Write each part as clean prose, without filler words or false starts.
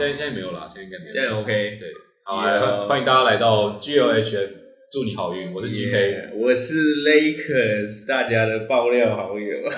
现在没有啦，现在应该没有。 现在 OK。 对，好，欢迎大家来到 GLHF， 祝你好运，我是 GK， 我是 Lakers， 大家的爆料好友。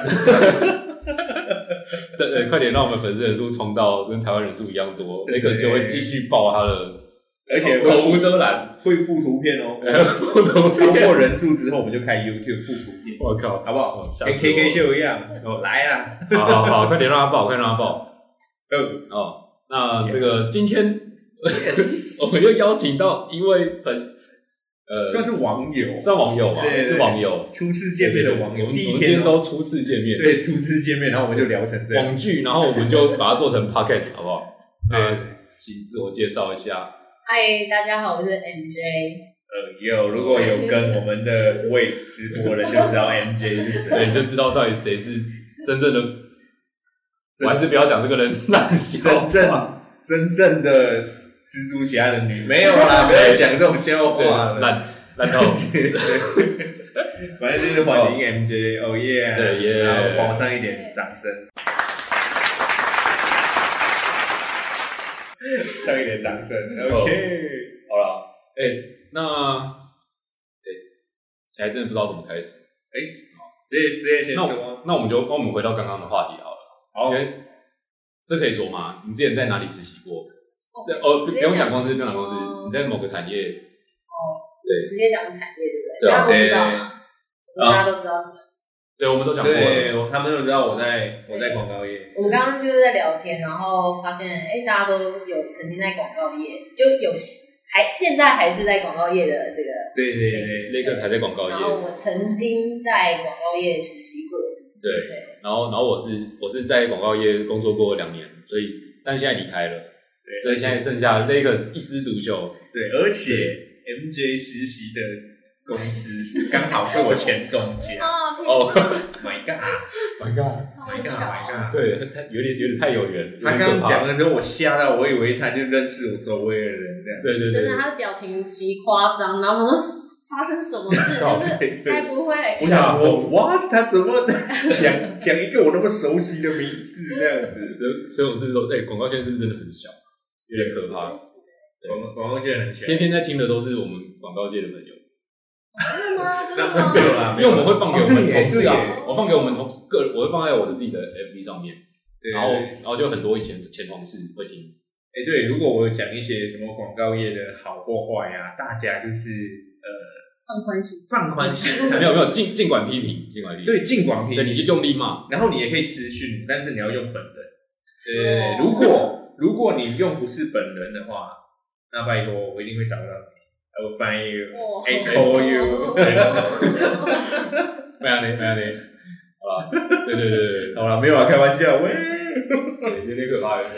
对，快点让我们粉丝人数冲到跟台湾人数一样多 ，Lakers 就会继续爆他的， 而且口无遮拦， 会附图片哦。超过人数之后，我们就开 YouTube 附图片。 我靠， 好不好？跟 KK 秀一样，来啊！ 好，快点让他爆，快让他爆。那这个今天我们又邀请到一位算是网友， 算网友吧，是网友， 初次见面的网友。第一天今天都初次见面， 对，初次见面，然后我们就聊成这样网剧，然后我们就把它做成 podcast， 好不好？请自我介绍一下。 嗨，大家好，我是 MJ。 如果有跟我们的位直播人就知道 MJ 是谁， 对，你就知道到底谁是真正的。我还是不要讲这个人烂笑话， 真正的蜘蛛侠的女没有啦，不要讲这种笑话了， 烂透。 反正就是欢迎 MJ， 哦耶， 对耶， 然后捧上一点掌声，上一点掌声 ，OK， 好了，那现在真的不知道怎么开始， 直接先说， 那我们回到刚刚的话题好了。 好， 这可以说吗？你之前在哪里实习过？不用讲公司，不用讲公司，你在某个产业。 对，直接讲产业，对不对？ 大家都知道嘛，大家都知道你们。 对，我们都讲过了。 对，他们都知道我在广告业。 我们刚刚就是在聊天，然后发现，大家都有曾经在广告业，就有现在还是在广告业的这个。 对 ，Lakers 还在广告业。 然后我曾经在广告业实习过。 对，然后我是在广告业工作过2年，但现在离开了，对，所以现在剩下 Lakers 一枝独秀。 对，而且 MJ 实习的公司刚好是我前东家。My God， 对，他有点太有缘。 他刚刚讲的时候，我吓到，我以为他就认识我周围的人这样。 对， 真的，他的表情极夸张，然后我说发生什么事，就是该不会？ 我想说，哇，他怎么讲一个我那么熟悉的名字这样子？ 所以我是说，广告圈是不是真的很小，有点可怕。 广告界很小， 天天在听的都是我们广告界的朋友。 真的吗？真的吗？ 对啦， 因为我们会放给我们同事啊，我放给我们我会放在我的自己的 FB 上面，然后就很多以前前同事会听。 对，如果我有讲一些什么广告业的好或坏啊，大家就是放宽心， 没有，尽管批评， 对，尽管批评， 对，你就用力骂， 然后你也可以私讯，但是你要用本人。如果你用不是本人的话，那拜托我一定会找到你。I will find you, I call you。没有你，好了，对，好了，没有啊，开玩笑，喂， 有点可怕。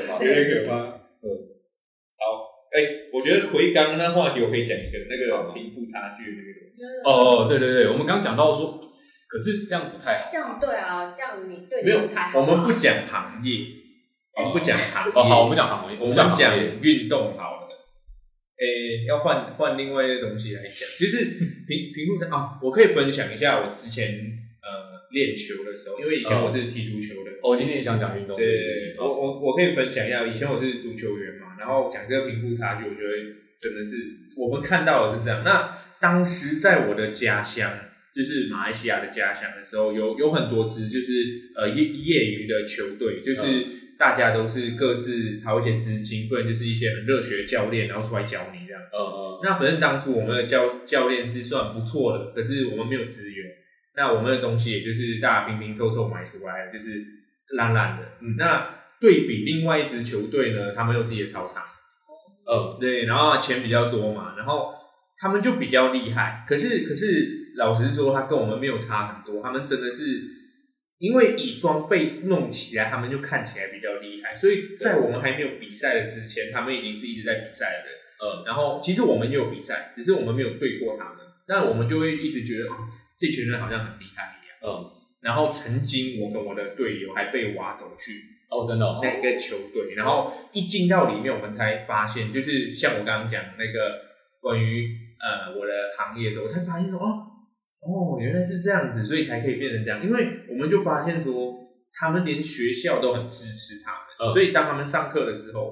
好，我觉得回刚刚那话题，我可以讲一个那个贫富差距的那个东西。 对，我们刚讲到说，可是这样不太好。 这样对啊，这样你对你不太好。 我们不讲行业，我们不讲行业。 好，我们讲行业， 我们讲运动好了。要换另外一个东西来讲，就是贫富差我可以分享一下我之前练球的时候，因为以前我是踢足球的。 我今天也想讲运动。 对，我可以分享一下，以前我是足球员嘛，然后讲这个贫富差距，我觉得真的是我们看到的是这样。那当时在我的家乡，就是马来西亚的家乡的时候，有很多支就是业余的球队，就是大家都是各自掏一些资金，不然就是一些很热血的教练，然后出来教你这样。那反正当初我们的教练是算不错的，可是我们没有资源。那我们的东西也就是大家拼拼凑凑买出来的，就是烂烂的。那对比另外一支球队呢，他们有自己的操场。对，然后钱比较多嘛，然后他们就比较厉害。可是老实说，他跟我们没有差很多。他们真的是因为以装备弄起来，他们就看起来比较厉害。所以在我们还没有比赛的之前，他们已经是一直在比赛的。然后其实我们也有比赛，只是我们没有对过他们。但我们就会一直觉得，这群人好像很厉害一样。然后曾经我跟我的队友还被挖走去真的那个球队，然后一进到里面，我们才发现，就是像我刚刚讲那个关于我的行业的时候，我才发现说原来是这样子，所以才可以变成这样。因为我们就发现说，他们连学校都很支持他们，所以当他们上课的时候，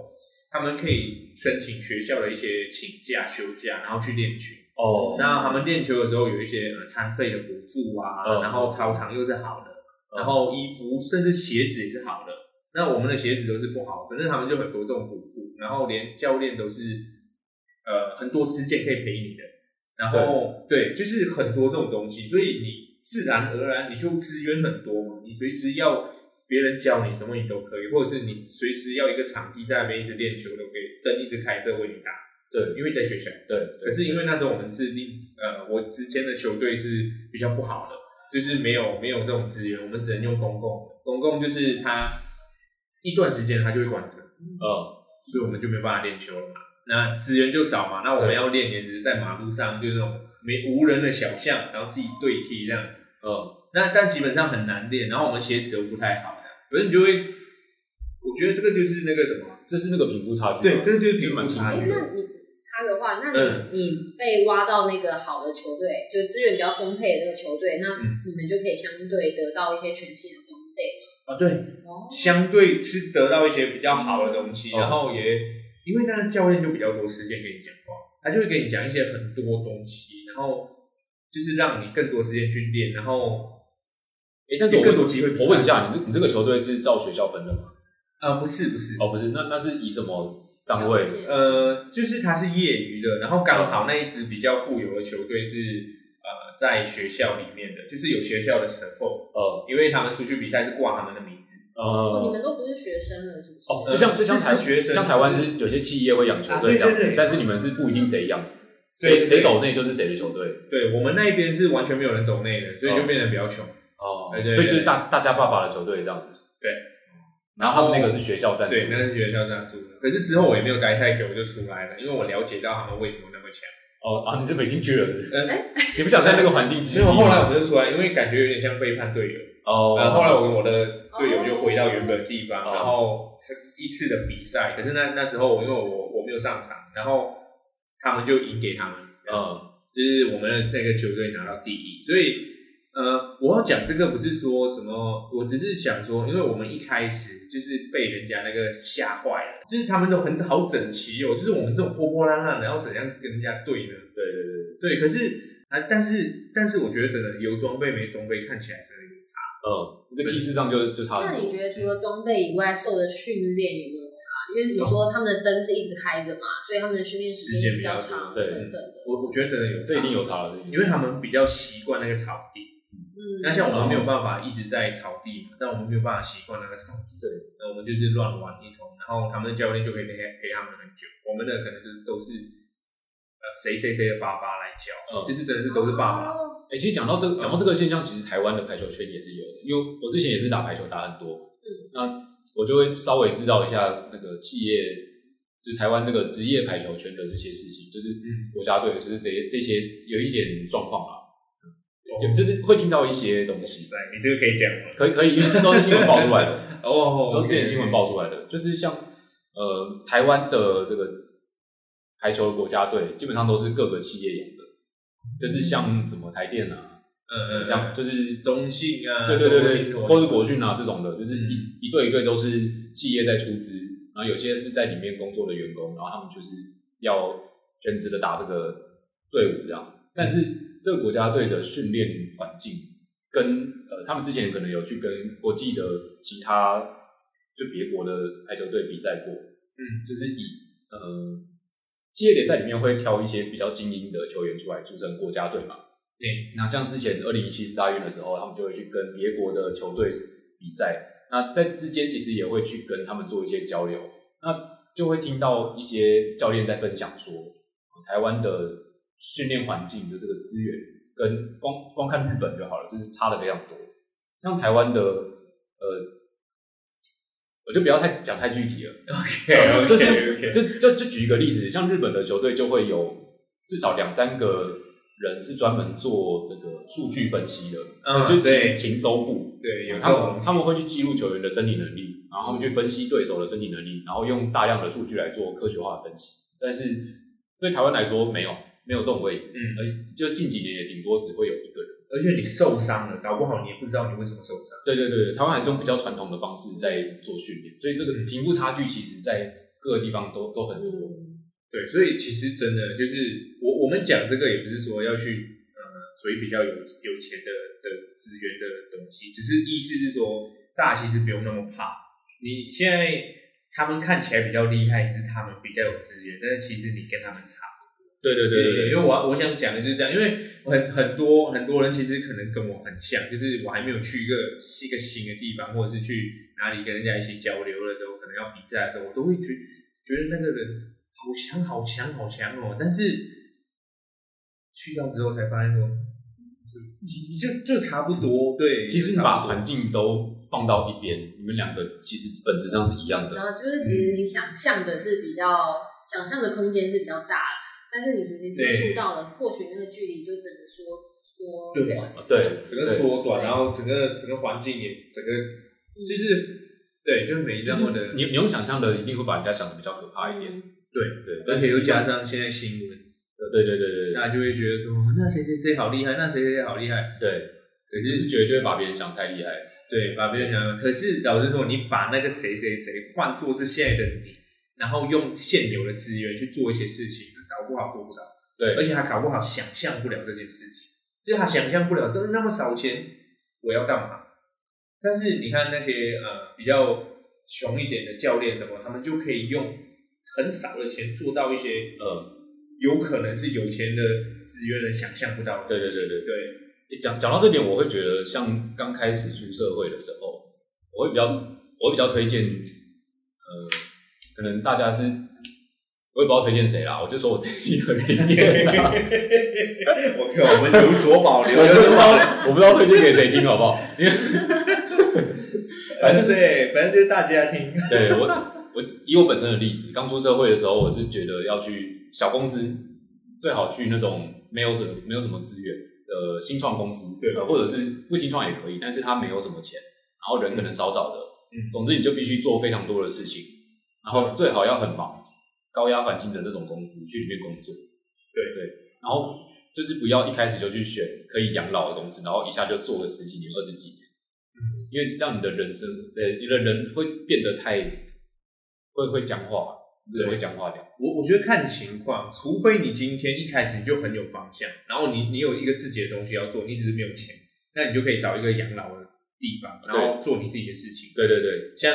他们可以申请学校的一些请假、休假，然后去练球。那他们练球的时候有一些餐费的补助啊，然后操场又是好的，然后衣服甚至鞋子也是好的。那我们的鞋子都是不好，可是他们就很多这种补助，然后连教练都是很多时间可以陪你的，然后对，就是很多这种东西，所以你自然而然你就资源很多嘛，你随时要别人教你什么你都可以，或者是你随时要一个场地在那边一直练球都可以，灯一直开着为你打。对，因为在学校。对，可是因为那时候我们制定，我之前的球队是比较不好的，就是没有这种资源，我们只能用公共的。公共就是它一段时间它就会关灯，所以我们就没办法练球了嘛。那资源就少嘛，那我们要练也只是在马路上，就是那种无人的小巷，然后自己对踢这样。那但基本上很难练，然后我们鞋子又不太好，可是你就会，我觉得这个就是那个什么， 这是那个贫富差距。 对，这个就是贫富差距。 那你差的话，那你被挖到那个好的球队，就资源比较丰沛的那个球队，那你们就可以相对得到一些全新的装备。 对，相对是得到一些比较好的东西，然后也因为那个教练就比较多时间跟你讲话，他就会跟你讲一些很多东西，然后就是让你更多时间去练，然后但是更多机会。 我问一下，你这个球队是照学校分的吗？ 不是， 不是，那是以什么单位？ 就是它是业余的，然后刚好那一支比较富有的球队是在学校里面的，就是有学校的 support，因为他们出去比赛是挂他们的名字。 你们都不是学生了，是不是？ 就像台湾是有些企业会养球队这样子，但是你们是不一定谁养，谁抖内就是谁的球队。 对，我们那一边是完全没有人抖内的，所以就变得比较穷。 所以就是大家爸爸的球队这样子。 对。 然后他们那个是学校赞助， 对，那是学校赞助的。可是之后我也没有待太久，我就出来了，因为我了解到他们为什么那么强。 你就没兴趣了是不是？你不想在那个环境继续？ 没有，后来我们就出来，因为感觉有点像背叛队友。后来我跟我的队友就回到原本的地方，然后一次的比赛。可是那时候因为我没有上场，然后他们就赢给他们，就是我们的那个球队拿到第一，所以。我要讲这个不是说什么，我只是想说，因为我们一开始就是被人家那个吓坏了，就是他们都很好整齐哦，就是我们这种破破烂烂的，然后怎样跟人家对呢？对，可是但是我觉得真的有装备没装备看起来真的有差， 那个气势上就差很多。 那你觉得除了装备以外，受的训练有没有差？因为比如说他们的灯是一直开着嘛，所以他们的训练时间比较长，等等的。 我觉得真的有差， 这一定有差的， 因为他们比较习惯那个草地。那像我们没有办法一直在草地嘛，但我们没有办法习惯那个草地，对，那我们就是乱玩一通，然后他们的教练就可以陪他们很久，我们的可能就是都是谁的爸爸来教，就是真的是都是爸爸。 其实讲到这个现象，其实台湾的排球圈也是有的，因为我之前也是打排球打很多，那我就会稍微知道一下那个企业，就是台湾这个职业排球圈的这些事情，就是国家队，就是这些有一点状况啦。就是会听到一些东西， 你这个可以讲吗？ 可以，因为这都是新闻爆出来的。都之前新闻爆出来的，就是像台湾的这个排球国家队，基本上都是各个企业养的，就是像什么台电啊，像就是中信啊， 对，或是国训啊这种的，就是一队一队都是企业在出资，然后有些是在里面工作的员工，然后他们就是要全职的打这个队伍这样，但是。这个国家队的训练环境跟他们之前可能有去跟国际的其他就别国的排球队比赛过，就是以企业联赛里面会挑一些比较精英的球员出来组成国家队嘛。那像之前2017世大运的时候，他们就会去跟别国的球队比赛，那在之间其实也会去跟他们做一些交流，那就会听到一些教练在分享说，台湾的训练环境的这个资源跟光看日本就好了，就是差的非常多。像台湾的我就不要讲太具体了。OK， 就举一个例子，像日本的球队就会有至少2-3个人是专门做这个数据分析的，就是情搜部。 对，有他们会去记录球员的身体能力，然后他们去分析对手的身体能力，然后用大量的数据来做科学化的分析。但是对台湾来说没有这种位置，就近几年也顶多只会有一个人， 而且你受伤了，搞不好你也不知道你为什么受伤。 对，台湾还是用比较传统的方式在做训练，所以这个贫富差距其实在各个地方都很多。 对，所以其实真的就是我们讲这个也不是说要去所以比较有钱的资源的东西，只是意思是说大家其实不用那么怕。你现在他们看起来比较厉害，是他们比较有资源，但是其实你跟他们差不多。对，因为我想讲的就是这样，因为很多人其实可能跟我很像，就是我还没有去一个新的地方，或者是去哪里跟人家一起交流的时候，可能要比赛的时候，我都会觉得那个人好强哦，但是去到之后才发现说，其实就差不多。对， 其实你把环境都放到一边，你们两个其实本质上是一样的。 然后就是其实你想象的是比较想象的空间是比较大的，但是你实际接触到的，或许那个距离就整个缩短， 对， 整个缩短，然后整个环境也整个就是对，就没那么的。 你用想象的一定会把人家想的比较可怕一点。 对，而且又加上现在新闻， 对， 大家就会觉得说，那谁好厉害，那谁好厉害。 对，可是觉得就会把别人想太厉害。 对，把别人想。可是老实说，你把那个谁换作是现在的你，然后用现有的资源去做一些事情，搞不好做不到。 对， 而且他搞不好想象不了这件事情，就是他想象不了，都是那么少钱，我要干嘛？但是你看那些比较穷一点的教练什么，他们就可以用很少的钱做到一些有可能是有钱的资源人想象不到的事情。对， 讲到这点，我会觉得像刚开始出社会的时候，我会比较推荐可能大家是我也不知道推荐谁啦，我就说我自己的经验啦。 我们有所保留， 我不知道推荐给谁听好不好？因为反正就是大家听。 对，我以我本身的例子，刚出社会的时候，我是觉得要去小公司，最好去那种没有什么资源的新创公司，对，或者是不新创也可以，但是它没有什么钱，然后人可能少少的，总之你就必须做非常多的事情，然后最好要很忙，高压环境的那种公司去里面工作，对，然后就是不要一开始就去选可以养老的公司，然后一下就做个10几年、20几年，因为这样你的人生，你的人会变得太会僵化，人会僵化掉。 我觉得看情况，除非你今天一开始你就很有方向，然后你有一个自己的东西要做，你只是没有钱，那你就可以找一个养老的地方，然后做你自己的事情。 对， 像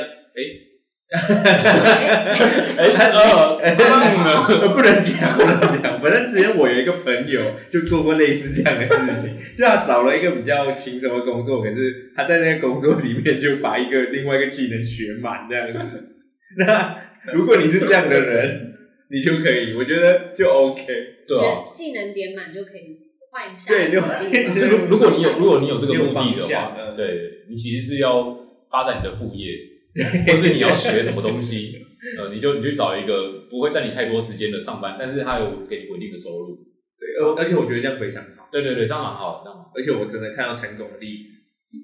不能讲。反正之前我有一个朋友就做过类似这样的事情，就他找了一个比较轻松的工作，可是他在那个工作里面就把另外一个技能学满这样子。那如果你是这样的人，你就可以，我觉得就 OK。 对啊， 技能点满就可以换下。 对， 就如果你有这个目的的话，对，你其实是要发展你的副业，或是你要学什么东西，你就去找一个不会占你太多时间的上班，但是它有给你稳定的收入。 对，而且我觉得这样非常好。 对，这样蛮好，这样蛮好。 而且我真的看到成功的例子。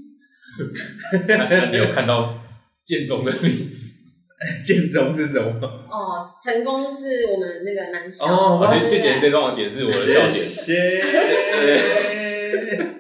那你有看到建中的例子？ 建中是什么？ 成功是我们那个南校。 谢谢你再帮我解释我的笑点。 谢谢。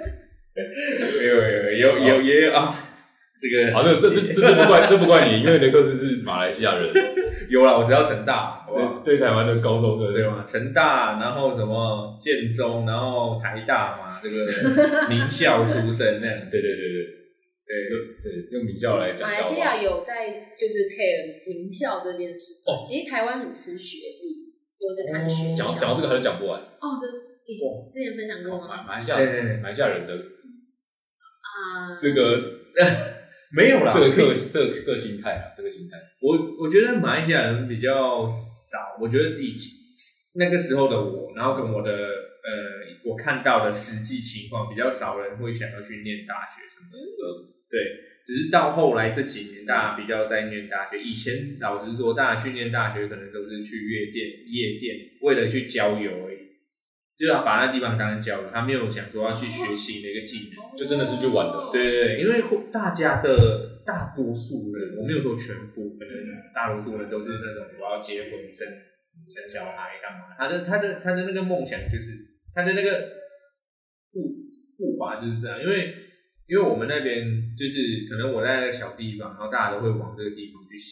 有也有啊。这个好，这不怪你，因为雷克斯是马来西亚人。 有啦，我知道成大， 对台湾的高中对吗？成大，然后什么建中，然后台大嘛，这个名校出身那样。 对，用名校来讲。 马来西亚有在就是 care 名校这件事。其实台湾很吃学历，或是看学校。 讲到这个还是讲不完。 以前之前分享过吗？ 马来西亚人的这个。 没有啦， 这个心态啊，这个心态， 我觉得马来西亚人比较少。我觉得那个时候的我，然后跟我的我看到的实际情况，比较少人会想要去念大学什么的。对，只是到后来这几年，大家比较在念大学。以前老实说，大家去念大学可能都是去夜店，为了去郊游而已。就要把那地方当成交流，他没有想说要去学新的一个技能， 就真的是去玩的。 对，因为大家的大多数人，我没有说全部，可能大多数人都是那种我要结婚生小孩干嘛。他的那个梦想就是他的那个步伐就是这样，因为我们那边就是可能我在那个小地方，然后大家都会往这个地方去想吧。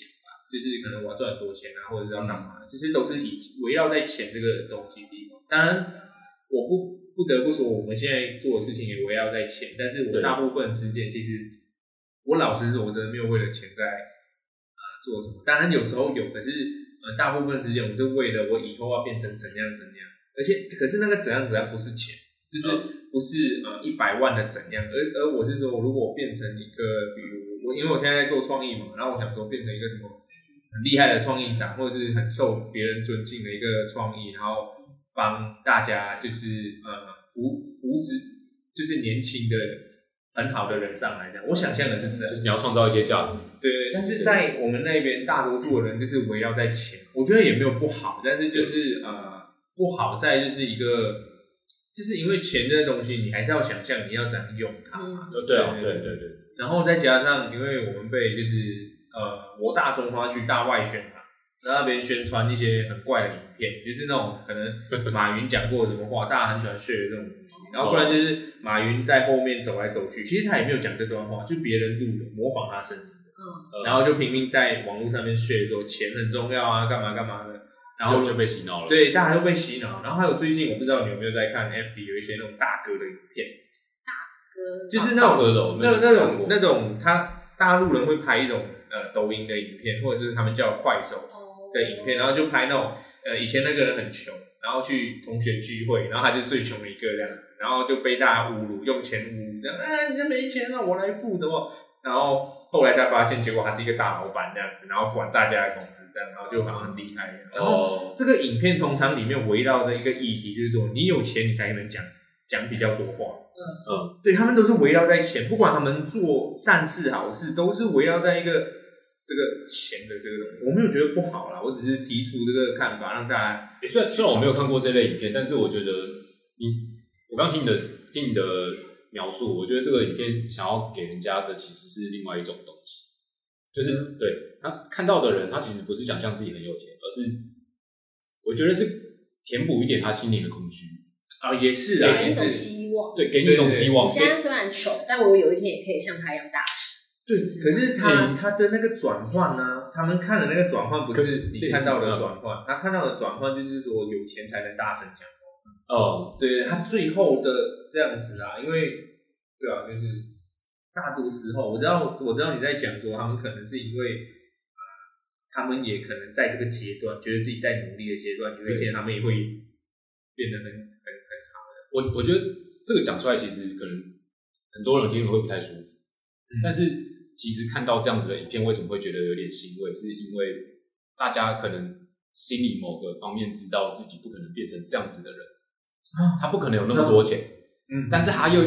就是可能我要赚很多钱啊，或者是要干嘛，就是都是以围绕在钱这个东西地方。当然，我不得不说，我们现在做的事情也围绕在钱，但是我大部分时间其实，我老实说，我真的没有为了钱在做什么。当然有时候有，可是大部分时间我是为了我以后要变成怎样怎样，可是那个怎样怎样不是钱，就是不是100万的怎样，而我是说，如果我变成一个，比如因为我现在在做创意嘛，然后我想说变成一个什么很厉害的创意长，或者是很受别人尊敬的一个创意，然后帮大家就是扶植就是年轻的很好的人上来讲，我想象的是这样， 就是你要创造一些价值。 对，但是在我们那边大多数的人就是围绕在钱，我觉得也没有不好，但是就是不好在就是一个，就是因为钱这个东西，你还是要想象你要怎样用它嘛。 对啊，对。 然后再加上，因为我们被就是国大中华区大外宣嘛，那边宣传一些很怪的影片，就是那种可能马云讲过什么话，大家很喜欢 share 这种东西。然后不然就是马云在后面走来走去，其实他也没有讲这段话，就别人录的，模仿他声音的，然后就拼命在网络上面 share 说钱很重要啊，干嘛干嘛的，然后就被洗脑了。 对，大家都被洗脑。然后还有最近我不知道你有没有在看 FB 有一些那种大哥的影片，就是那种他大陆人会拍一种抖音的影片，或者是他们叫快手的影片，然后就拍那种以前那个人很穷，然后去同学聚会，然后他就是最穷的一个这样子，然后就被大家侮辱，用钱侮辱，这样你这没钱了，我来付的哦。然后后来才发现，结果他是一个大老板这样子，然后管大家的工资这样，然后就好像很厉害。然后这个影片通常里面围绕着一个议题，就是说你有钱你才能讲比较多话。对，他们都是围绕在钱，不管他们做善事好事，都是围绕在一个这个钱的这个东西。我没有觉得不好啦，我只是提出这个看法，让大家。 虽然我没有看过这类影片，但是我觉得我刚听你的描述，我觉得这个影片想要给人家的其实是另外一种东西，就是对他看到的人，他其实不是想象自己很有钱，而是我觉得是填补一点他心灵的空虚。 也是啊， 给你一种希望， 对，给你一种希望。 我现在虽然穷，但我有一天也可以像他一样大吃。 对，可是他的那个转换呢？他们看的那个转换不是你看到的转换，他看到的转换就是说有钱才能大声讲话。对，他最后的这样子啊，因为对啊，就是大多时候我知道你在讲说他们可能是因为他们也可能在这个阶段觉得自己在努力的阶段，有一天他们也会变得很好的。 我觉得这个讲出来，其实可能很多人听了会不太舒服，但是其实看到这样子的影片，为什么会觉得有点欣慰？是因为大家可能心里某个方面知道自己不可能变成这样子的人，他不可能有那么多钱，但是他又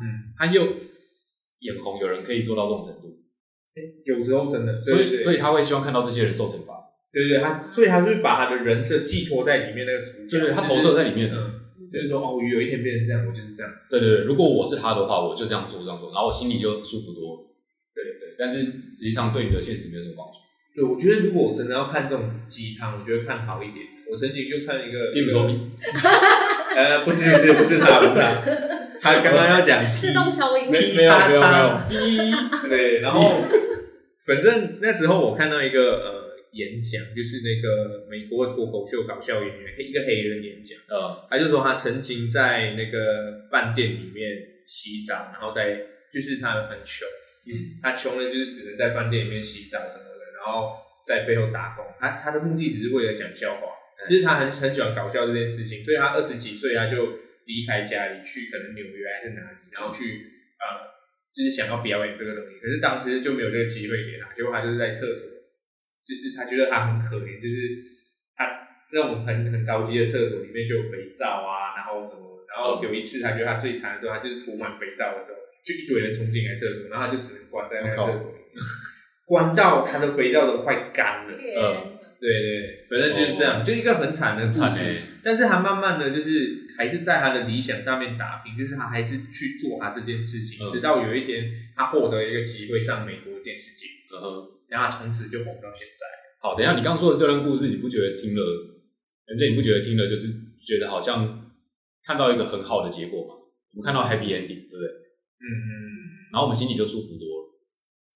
眼红有人可以做到这种程度， 有时候真的， 所以他会希望看到这些人受惩罚。 对，所以他就把他的人设寄托在里面那个主角， 对，他投射在里面。 就是说我有一天变成这样，我就是这样子。 对，如果我是他的话，我就这样做，然后我心里就舒服多了。对，但是实际上对你的现实没有什么帮助。 对，我觉得如果我真的要看这种鸡汤，我觉得看好一点。我曾经就看一个， 例如说不是他，他刚刚要讲自动消音， 没有， 对，然后反正那时候我看到一个演讲，就是那个美国脱口秀搞笑演员，一个黑人演讲，他就说他曾经在那个饭店里面洗澡，然后就是他很穷，他穷的就是只能在饭店里面洗澡什么的，然后在背后打工，他的目的只是为了讲笑话，就是他很喜欢搞笑这件事情，所以他20几岁他就离开家里去可能纽约还是哪里，然后去就是想要表演这个东西，可是当时就没有这个机会给他，结果他就是在厕所，就是他觉得他很可怜，就是他那种很高级的厕所里面就有肥皂啊，然后什么，然后有一次他觉得他最惨的时候，他就是涂满肥皂的时候，就一堆人冲进来厕所，然后他就只能关在那个厕所里面，关到他的肥皂都快干了。对，反正就是这样，就一个很惨的故事。但是他慢慢的就是还是在他的理想上面打拼，就是他还是去做他这件事情，直到有一天他获得一个机会上美国电视节目，然后他从此就红到现在。 好，等一下你刚刚说的这段故事，你不觉得听了就是觉得好像看到一个很好的结果吗？我们看到 happy ending， 对不对？然后我们心里就舒服多了。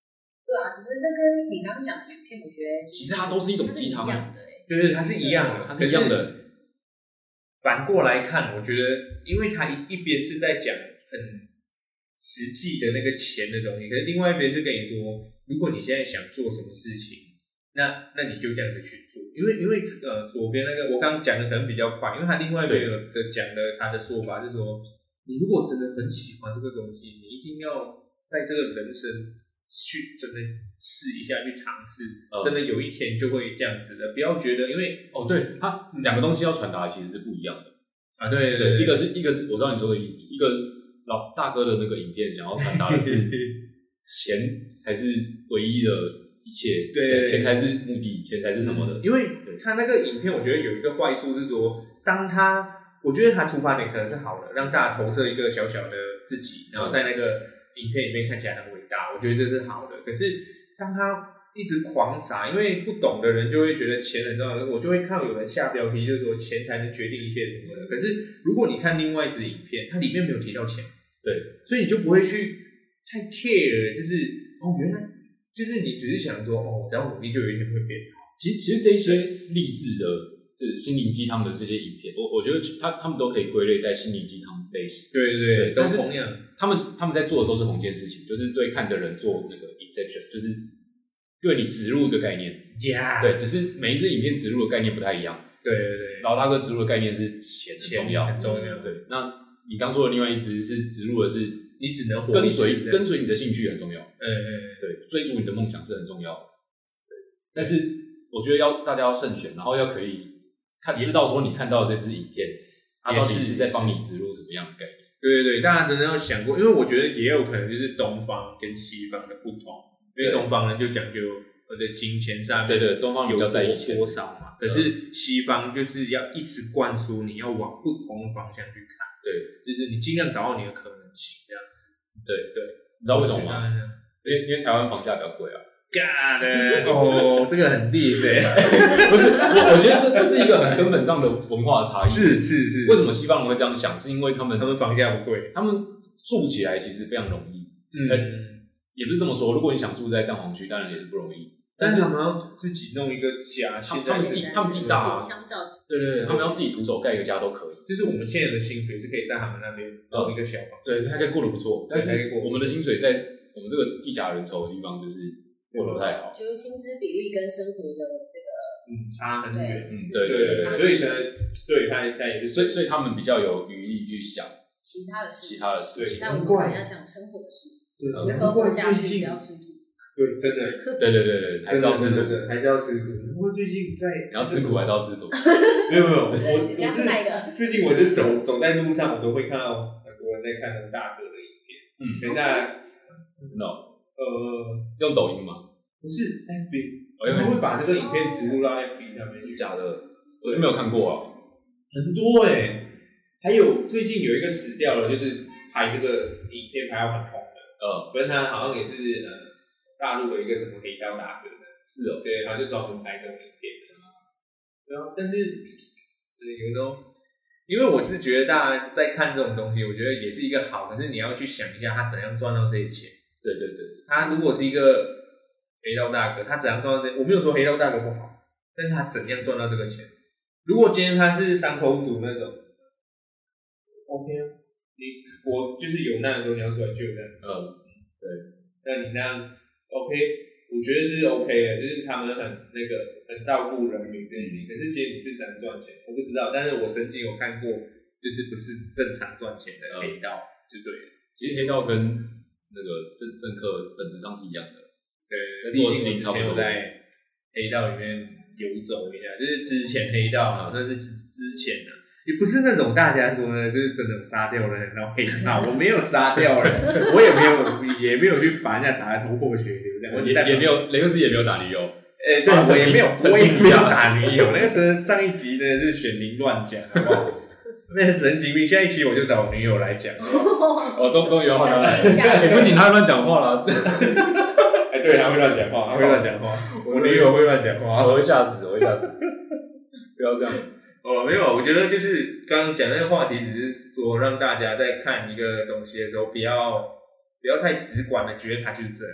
对啊，只是这跟你刚刚讲的影片，我觉得其实它都是一种鸡汤， 对，它是一样的， 它是一样的。 反过来看，我觉得，因为它一边是在讲很实际的那个钱的东西，可是另外一边是跟你说，如果你现在想做什么事情，那你就这样子去做，因为左边那个我刚刚讲的可能比较快，因为他另外一边有的讲的他的说法是说，你如果真的很喜欢这个东西，你一定要在这个人生去真的试一下，去尝试，真的有一天就会这样子的，不要觉得因为对，它两个东西要传达其实是不一样的啊，对， 一个是我知道你说的意思，一个老大哥的那个影片想要传达的是钱才是唯一的一切，对，钱才是目的，钱才是什么的， 因为他那个影片我觉得有一个坏处是说，我觉得他出发点可能是好的，让大家投射一个小小的自己，然后在那个影片里面看起来很伟大，我觉得这是好的。可是当他一直狂撒，因为不懂的人就会觉得钱很重要，我就会看到有人下标题就是说钱才能决定一切什么的。可是如果你看另外一支影片，它里面没有提到钱，对，所以你就不会去太 care， 就是原来就是你只是想说只要努力就有一天会变好。 其实这些励志的就是心灵鸡汤的这些影片，我觉得他们都可以归类在心灵鸡汤类型。 对， 但是同样， 他们在做的都是同一件事情，就是对看的人做那个 exception， 就是对你植入一个概念。对，只是每一支影片植入的概念不太一样。对，老大哥植入的概念是钱很重要， 很重要。 对，那你刚说的另外一支是植入的是你只能活跟随你的兴趣很重要。对，追逐你的梦想是很重要的。对，但是我觉得大家要慎选，然后要可以知道说你看到的这支影片，它到底是在帮你植入什么样的概念？ 对，大家真的要想过，因为我觉得也有可能就是东方跟西方的不同，因为东方人就讲究的金钱上面， 对，东方比较在意钱多少嘛，可是西方就是要一直灌输你要往不同的方向去看，对，就是你尽量找到你的可能性这样子。对， 你知道为什么吗？因为台湾房价比较贵啊。 这个很地道不是，我觉得这是一个很根本上的文化差异。 是。 为什么西方人会这样想？是因为他们房价不贵， 他们住起来其实非常容易。也不是这么说，如果你想住在蛋黄区，当然也是不容易。 但是他们要自己弄一个家， 他们地大啊，对，他们要自己徒手盖一个家都可以。 就是我们现在的薪水是可以在他们那边弄一个小房， 对，还可以过得不错。但是我们的薪水在我们这个地下人稠的地方，就是过得不太好， 就是薪资比例跟生活的这个差很远。 对， 所以呢，对他也是， 所以他们比较有余力去想其他的事情， 但我们可能要想生活的事，如何活下去，不要吃土。 对，真的， 对，还是要吃土， 还是要吃土。我最近你要吃土还是要吃土？ 没有， 我是哪个？ 最近我是走在路上，我都会看到很多人在看那种大哥的影片。现在真的用抖音吗？ 不是 FB， 他会把这个影片植入到 FB 上面。 是假的？我是没有看过啊。 很多还有最近有一个死掉了，就是拍这个影片拍到很红的。反正他好像也是大陆的一个什么黑道大哥的。 是哦。 对，他就专门拍这种影片的。对啊，但是有种，因为我是觉得大家在看这种东西，我觉得也是一个好，可是你要去想一下他怎样赚到这些钱。对，他如果是一个黑道大哥，他怎样赚到这些？我没有说黑道大哥不好，但是他怎样赚到这个钱？如果今天他是山口组那种 ，OK 啊，我就是有难的时候你要出来救人。对，那你那样 OK， 我觉得是 OK 的，就是他们很照顾人民这件事情。可是今天你是怎样赚钱，我不知道，但是我曾经有看过，就是不是正常赚钱的黑道，就对了。 其实黑道跟那个政客本质上是一样的， 对， 在做的事情差不多。 在黑道里面游走一下，就是之前黑道嘛，那是之前的，也不是那种大家说呢，就是真的杀掉人然后黑道，我没有杀掉人，我也没有去把人家打得头破血流这样， 我也没有雷克斯也没有打女友， 对，我也没有打女友，那个真的上一集真的是选零乱讲，好不好？那神经病，下一期我就找我女友来讲。 终于要换他了，也不仅他乱讲话了。 对，他会乱讲话，我女友会乱讲话， 我会吓死。不要这样。 没有，我觉得就是刚刚讲那个话题，只是说让大家在看一个东西的时候，不要太直观的觉得它就是这样，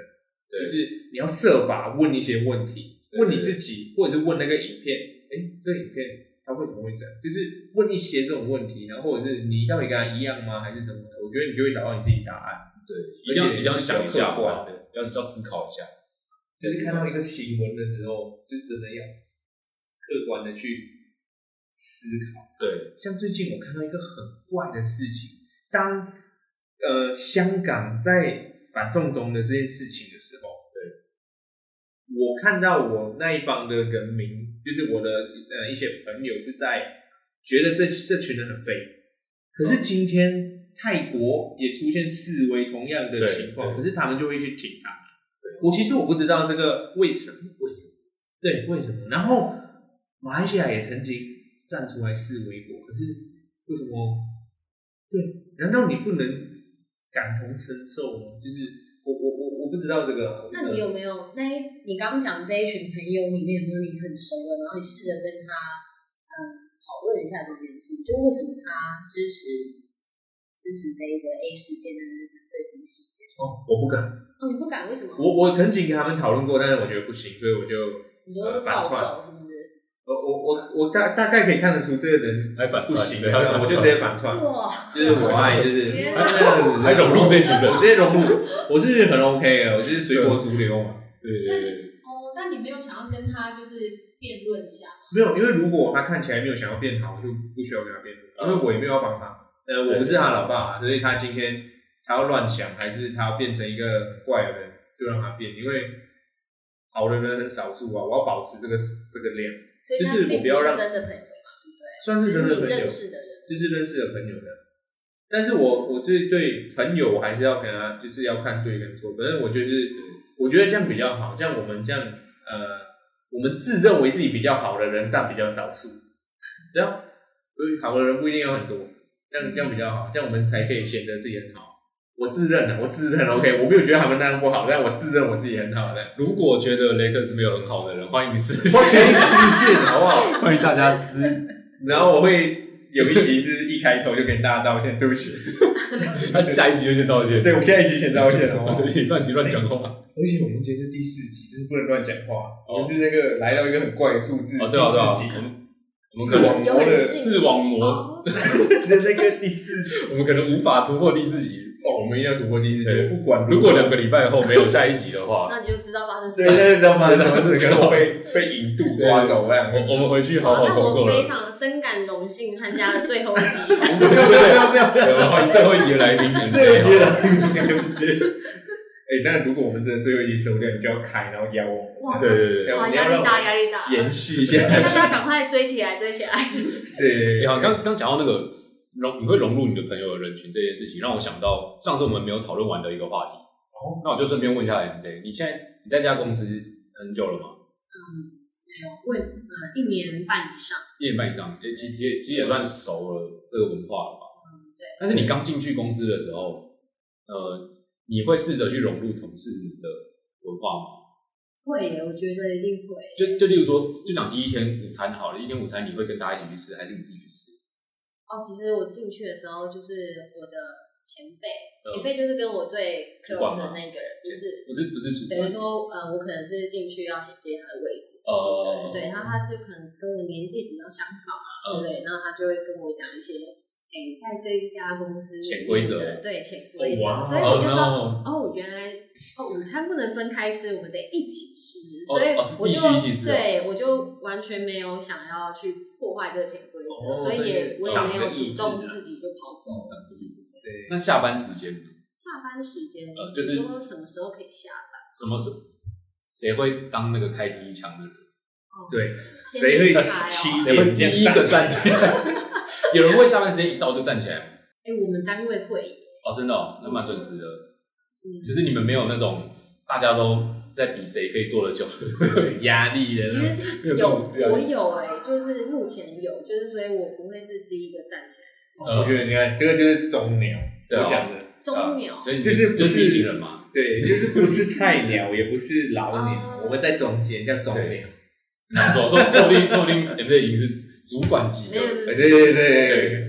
就是你要设法问一些问题，问你自己，或者是问那个影片，这个影片它为什么会这样？就是问一些这种问题，然后或者是你到底跟他一样吗？还是什么的？我觉得你就会找到你自己答案。 对，一定要想一下，要思考一下。 就是看到一个新闻的时候，就真的要客观的去思考。 对， 像最近我看到一个很怪的事情，当香港在反送中的这件事情的时候，对，我看到我那一帮的人民，就是我的一些朋友是在觉得这群人很废，可是今天泰国也出现示威同样的情况，可是他们就会去挺他们。其实我不知道这个为什么，对，为什么？然后马来西亚也曾经站出来示威过，可是为什么？对，难道你不能感同身受吗？就是我不知道这个。 那你有没有你刚刚讲这一群朋友里面有没有你很熟的，然后你试着跟他讨论一下这件事，就为什么他支持这一个 A 事件，但是反对 B 事件？ 我不敢。 你不敢？为什么？ 我曾经跟他们讨论过，但是我觉得不行，所以我就你说反串是不是？ 我大概可以看得出这个人不行，我就直接反串。 哇， 就是我爱，就是还融入这群人， 我直接融入，我是很 OK 的，我就是随波逐流嘛。对。 但你没有想要跟他就是辩论一下吗？ 没有，因为如果他看起来没有想要变好，我就不需要跟他辩论，因为我也没有要帮他。我不是他老爸，所以他今天他要乱想，还是他要变成一个很怪的人，就让他变，因为好的人很少数啊，我要保持这个量，就是我不要让真的朋友嘛，对不对？ 算是真的朋友， 认识的人， 就是认识的朋友的。但是我对朋友，我还是要跟他，就是要看对跟错。反正我觉得这样比较好，像我们这样，我们自认为自己比较好的人占比较少数，这样，好的人不一定要很多，这样比较好，这样我们才可以显得自己很好。我自认 OK， 我没有觉得他们那样不好，但我自认我自己很好的。 如果觉得雷克是没有很好的人，欢迎私信， 好不好？ 欢迎大家私。 然后我会有一集是一开头就跟大家道歉，对不起。 他下一集就先道歉。 对，我下一集先道歉，好不好？ 对不起，上集乱讲话。 而且我们今天是第4集，真是不能乱讲话。我们是那个来到一个很怪的数字。 对啊。我们可能视网膜的那个第4集， 我们可能无法突破第4集。 我们一定要突破第4集，不管如果2个礼拜后没有下一集的话， 那你就知道发生什么。对，知道发生什么事，可能被引渡抓走这样。 我们回去好好工作了。 那我非常深感荣幸参加了最后一集。 不要， 欢迎最后一集的来宾。 最后一集的来宾。那如果我们真的最后一集收掉，你就要开，然后邀我。 哇， 对， 压力大， 延续一下。 大家赶快追起来。 对， 好，刚讲到那个你会融入你的朋友的人群这件事情，让我想到上次我们没有讨论完的一个话题。那我就顺便问一下 MJ， 你在这家公司很久了吗？ 没有，1年半以上。 1年半以上，其实也算熟了这个文化了吧？ 对。 但是你刚进去公司的时候，你会试着去融入同事的文化吗？ 会耶，我觉得一定会。 就例如说，就讲第一天午餐好了，第一天午餐你会跟大家一起去吃，还是你自己去吃？ 其实我进去的时候，就是我的前辈就是跟我最 close 的那个人，不是主管，等于说我可能是进去要衔接他的位置的那个人，对，然后他就可能跟我年纪比较相仿啊之类，然后他就会跟我讲一些在这一家公司潜规则， 对潜规则，所以我就知道原来午餐不能分开吃，我们得一起吃，所以我就对我就完全没有想要去破坏这个潜规则，所以我也没有主动自己就跑走。 对，那下班时间？ 就是说什么时候可以下班？ 什么是谁会当那个开第一枪的人？ 对，谁会谁会第一个站起来？有人会下班时间一到就站起来吗？ 我们单位会。 真的那蛮准时的。就是你们没有那种大家都在比谁可以做得久，有压力的。 其实是我有就是目前有，就是所以我不会是第一个站起来的。 我觉得你看这个就是中鸟，我讲的中鸟， 就是不是年轻人嘛？ 对，就是不是菜鸟，也不是老鸟，我们在中间叫中鸟。 说不定你们已经是主管级的。 对。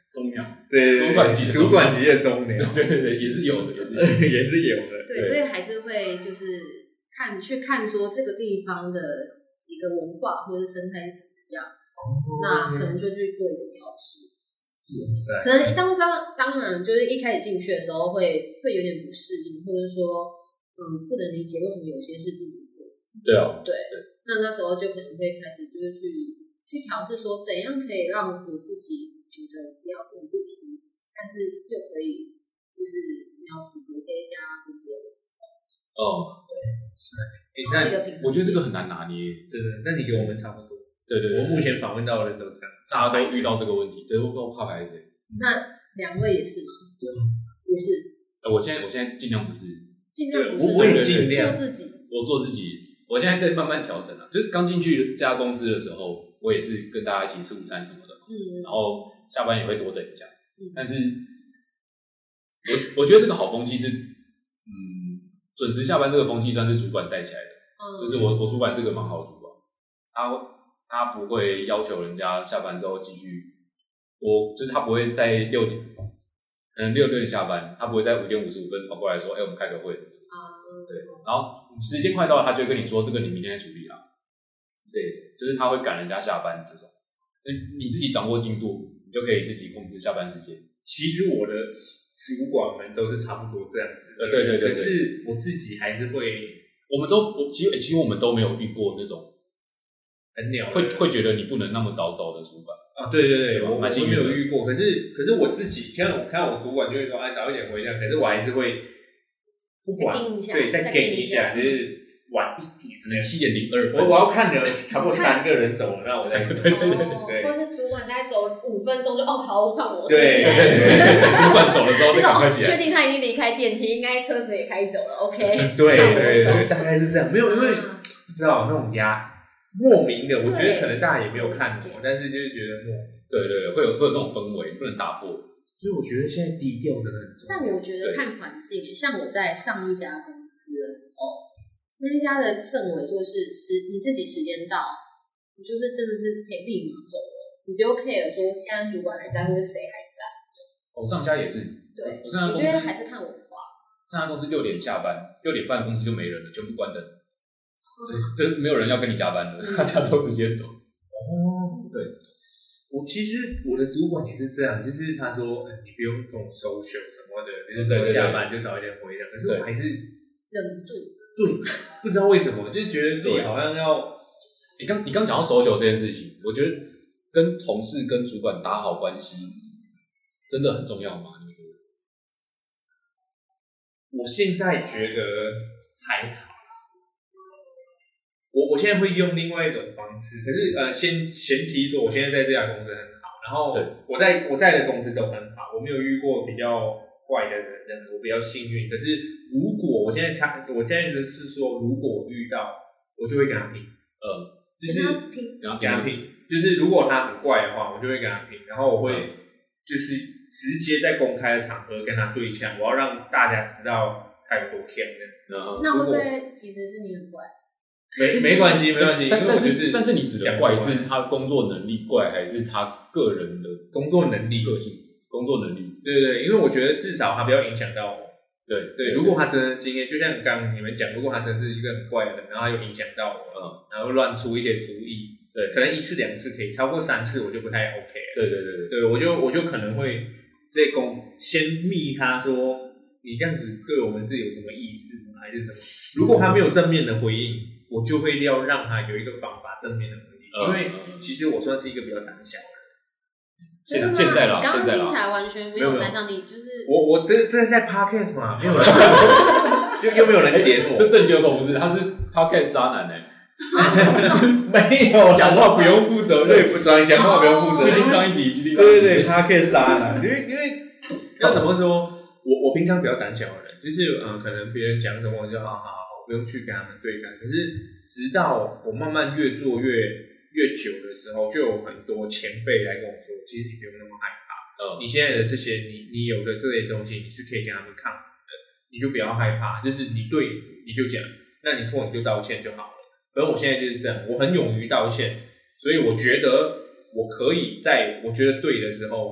中鸟， 对，主管级的中鸟， 对，也是有的， 也是有的。 对，所以还是会就是去看说这个地方的一个文化或者是生态是怎么样，那可能就去做一个调试。可能当然就是一开始进去的时候会有点不适应，或者说不能理解为什么有些事不能做。 对啊， 对，那时候就可能会开始就是去调试说怎样可以让我自己觉得不要这么不舒服，但是又可以就是要符合这一家公司的文化。对， 那我觉得这个很难拿捏， 真的。那你给我们差不多。对， 我目前访问到的人都这样， 大家都遇到这个问题，对，都怕白谁？ 那2位也是吗？ 对， 也是。 我现在尽量不是， 我也尽量做自己。 我做自己，我现在在慢慢调整了。就是刚进去这家公司的时候，我也是跟大家一起吃午餐什么的嘛，然后下班也会多等一下。但是我觉得这个好风气是，准时下班这个风气算是主管带起来的。就是我主管是个蛮好的主管，他不会要求人家下班之后继续，就是他不会在6点，可能6点下班，他不会在5点55分跑过来说，我们开个会。对，然后时间快到了，他就会跟你说，这个你明天再处理啦，之类的，就是他会赶人家下班这种。你自己掌握进度，你就可以自己控制下班时间。 其实我的主管们都是差不多这样子的， 对。 可是我自己还是会， 其实我们都没有遇过那种很鸟会觉得你不能那么早走的主管啊。对，我没有遇过。可是我自己，像我看我主管就会说，早一点回这样，可是我还是会不管，对，再给你一下，就是晚一点的 7点02分， 我要看了差不多3个人走了，那我再对， 或是主管大概走5分钟就好，我换我对， 主管走了之后就赶快起来， 确定他已经离开电梯，应该车子也开走了 ，OK， 对，大概是这样，没有，因为不知道那种莫名的，我觉得可能大家也没有看过，但是就是觉得莫名， 对，会有这种氛围，不能打破。 所以我觉得现在低调真的很重要。 但我觉得看环境，像我在上一家公司的时候，那一家的氛围就是你自己时间到，你就是真的是可以立马走了，你不用 care 说现在主管还在或者谁还在。 我上家也是， 对， 我觉得还是看文化。 上家公司6点下班，6点半公司就没人了，全部关灯，就是没有人要跟你加班的，大家都直接走。 对。其实我的主管也是这样，就是他说，你不用跟我 social 什么的，你就下班就早一点回来。可是我还是忍住。 对，不知道为什么，就是觉得自己好像要。 你刚讲到 social 这件事情，我觉得跟同事跟主管打好关系真的很重要吗？你觉得？ 我现在觉得还好。我现在会用另外一种方式，可是前提说我现在在这家公司很好，然后我在的公司都很好，我没有遇过比较怪的人，我比较幸运。可是如果我现在是说，如果我遇到，我就会跟他拼，就是跟他拼，就是如果他很怪的话，我就会跟他拼，然后我会就是直接在公开的场合跟他对呛，我要让大家知道他有多强的。 那会不会其实是你很怪？ 没关系， 但是你指的怪是他工作能力怪，还是他个人的工作能力、 个性、工作能力？ 对，因为我觉得至少他不要影响到我。 对， 如果他真的今天，就像刚刚你们讲，如果他真是一个很怪的人，然后他有影响到我，然后乱出一些主意，对，可能1次2次可以，超过3次我就不太 OK 了。对，我就可能会先密他说，你这样子对我们是有什么意思吗？还是什么？如果他没有正面的回应，我就会要让他有一个方法正面的回应，因为其实我算是一个比较胆小的人。现在啦， 刚刚听起来完全没有胆小，你就是我这是在 podcast 嘛，没有人就又没有人点我。 这正经说不是，他是 podcast 渣男没有讲话不用负责任， 不讲话不用负责任。 最近上一集， 对 podcast 渣男，因为要怎么说，我平常比较胆小的人，就是可能别人讲什么我就好。不用去跟他们对干，可是直到我慢慢越做越久的时候，就有很多前辈来跟我说，其实你不用那么害怕，你现在的这些你有的这些东西，你是可以跟他们抗衡的，你就不要害怕，就是你对你就讲，那你错你就道歉就好了。而我现在就是这样，我很勇于道歉，所以我觉得我可以在我觉得对的时候，我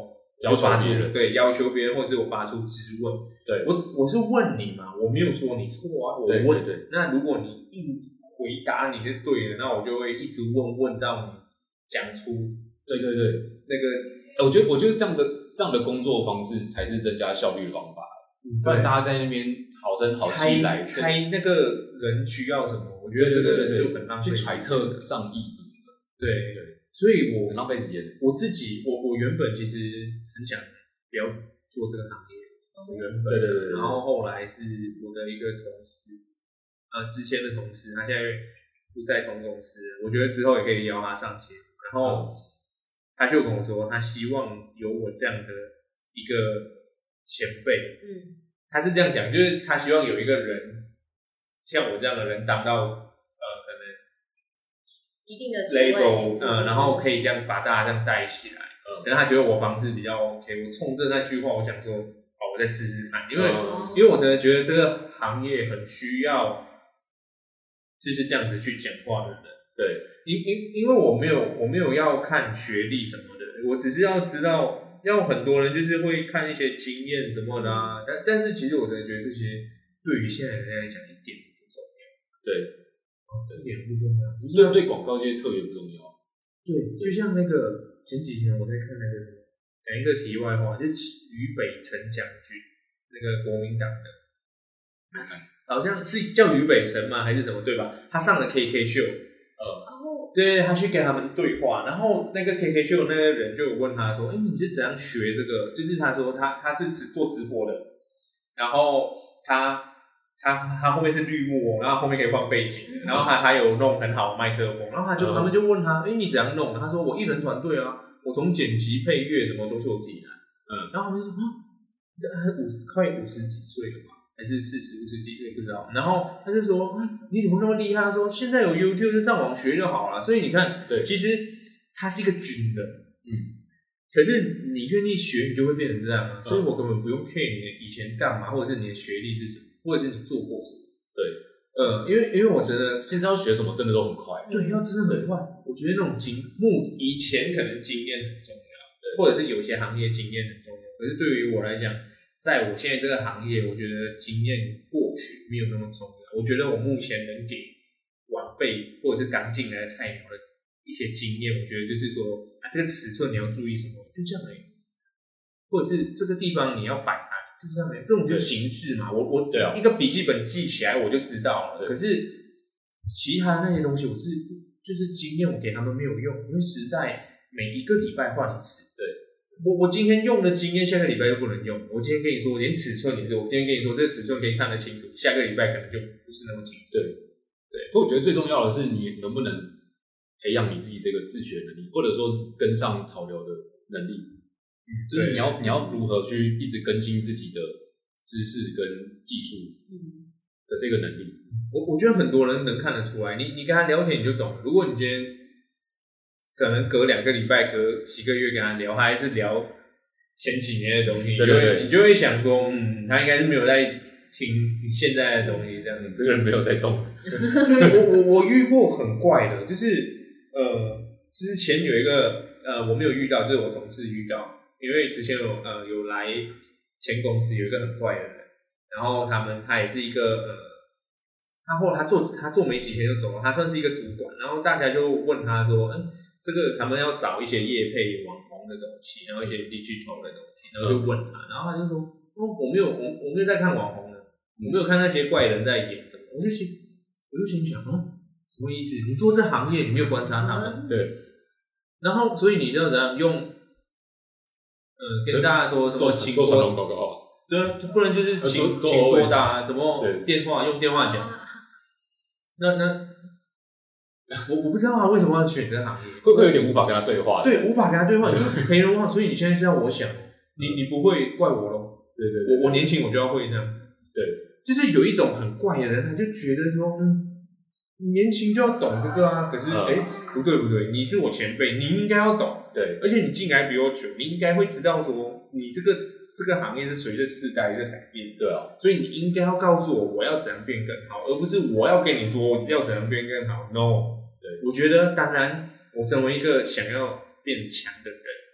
要求别人， 对，要求别人，或者我发出质问， 对， 我是问你嘛，我没有说你错啊，我问，对，那如果你硬回答你是对的，那我就会一直问到你讲出， 对， 那个， 我觉得这样的工作方式才是增加效率的方法，不然大家在那边好声好气来猜那个人需要什么，我觉得对，就很浪费， 去揣测上意什么的， 对，所以我很浪费时间。 我自己，我原本其实很想不要做这个行业，原本对， 然后后来是我的一个同事，之前的同事，他现在不在同公司，我觉得之后也可以邀他上节目，然后他就跟我说，他希望有我这样的一个前辈，他是这样讲，就是他希望有一个人像我这样的人当到可能一定的 level， 然后可以这样把大家这样带起来。可是他觉得我方式比较 OK， 我冲着那句话，我想说，我再试试看，因为我真的觉得这个行业很需要就是这样子去讲话的人。 对， 因为我没有要看学历什么的，我只是要知道，要很多人就是会看一些经验什么的啊。但是其实我真的觉得这些对于现在人来讲一点都不重要。 对， 一点都不重要。 对广告界特别不重要。 对，就像那个前几天我在看那个什么，讲一个题外话，就是俞北辰将军，那个国民党的，好像是叫俞北辰吗？还是什么？对吧？他上了 KK 秀，对，他去跟他们对话，然后那个 KK 秀那个人就有问他说：“你是怎样学这个？”就是他说他是做直播的，然后他后面是绿幕，然后后面可以放背景，然后他有弄很好的麦克风，然后他们就问他：“你怎样弄？”他说：“我艺人团队啊，我从剪辑、配乐什么都是我自己来。”然后他们就说：“快50几岁了吧？还是40、50几岁不知道。”然后他就说：“你怎么那么厉害？”他说：“现在有 YouTube 就上网学就好了。”所以你看，对，其实他是一个军人，可是你愿意学，你就会变成这样啊。所以我根本不用 care 你以前干嘛，或者是你的学历是什么，或者是你做过什么。对，因为我觉得现在要学什么真的都很快。 对，要真的很快。我觉得那种以前可能经验很重要，或者是有些行业经验很重要。可是对于我来讲，在我现在这个行业，我觉得经验获取没有那么重要。我觉得我目前能给晚辈或者是刚进来的菜鸟的一些经验，我觉得就是说这个尺寸你要注意什么，就这样而已。或者是这个地方你要摆它，就这样而已。这种就是形式嘛。我一个笔记本记起来我就知道了。可是其他那些东西，就是经验，我给他们没有用，因为时代每一个礼拜换一次。对。我今天用的经验，下个礼拜又不能用。我今天跟你说，连尺寸也是，我今天跟你说这个尺寸可以看得清楚，下个礼拜可能就不是那么清楚。对。 不过我觉得最重要的是，你能不能培养你自己这个自学能力，或者说跟上潮流的能力。就是你要如何去一直更新自己的知识跟技术的这个能力。 我觉得很多人能看得出来，你跟他聊天你就懂了。如果你今天可能隔2个礼拜、隔几个月跟他聊，他还是聊前几年的东西，你就会想说，他应该是没有在听现在的东西，这样子， 这个人没有在动。 对，我遇过很怪的，就是之前有一个我没有遇到，就是我同事遇到，因为之前有来前公司有一个很怪的人，然后他也是一个他做没几天就走了，他算是一个主管，然后大家就问他说，这个他们要找一些业配网红的东西，然后一些digital的东西，然后就问他，然后他就说，我没有在看网红的，我没有看那些怪人在演什么，我就心想什么意思？你做这行业你没有观察他们， 对， 然后所以你就怎样用跟大家说什么请做传统广告， 对，不能就是请拨打什么电话用电话讲，那我不知道他为什么要选这个行业， 会不会有点无法跟他对话？ 对，无法跟他对话，你就陪人话，所以你现在是要我想，你不会怪我咯。 对， 我年轻我就要会这样。对，就是有一种很怪的人，他就觉得说，年轻就要懂这个啊。可是不对，你是我前辈，你应该要懂。对，而且你进来比我久，你应该会知道说，你这个行业是随着世代在改变。对啊，所以你应该要告诉我要怎样变更好，而不是我要跟你说要怎样变更好。No。对，我觉得当然，我身为一个想要变强的人，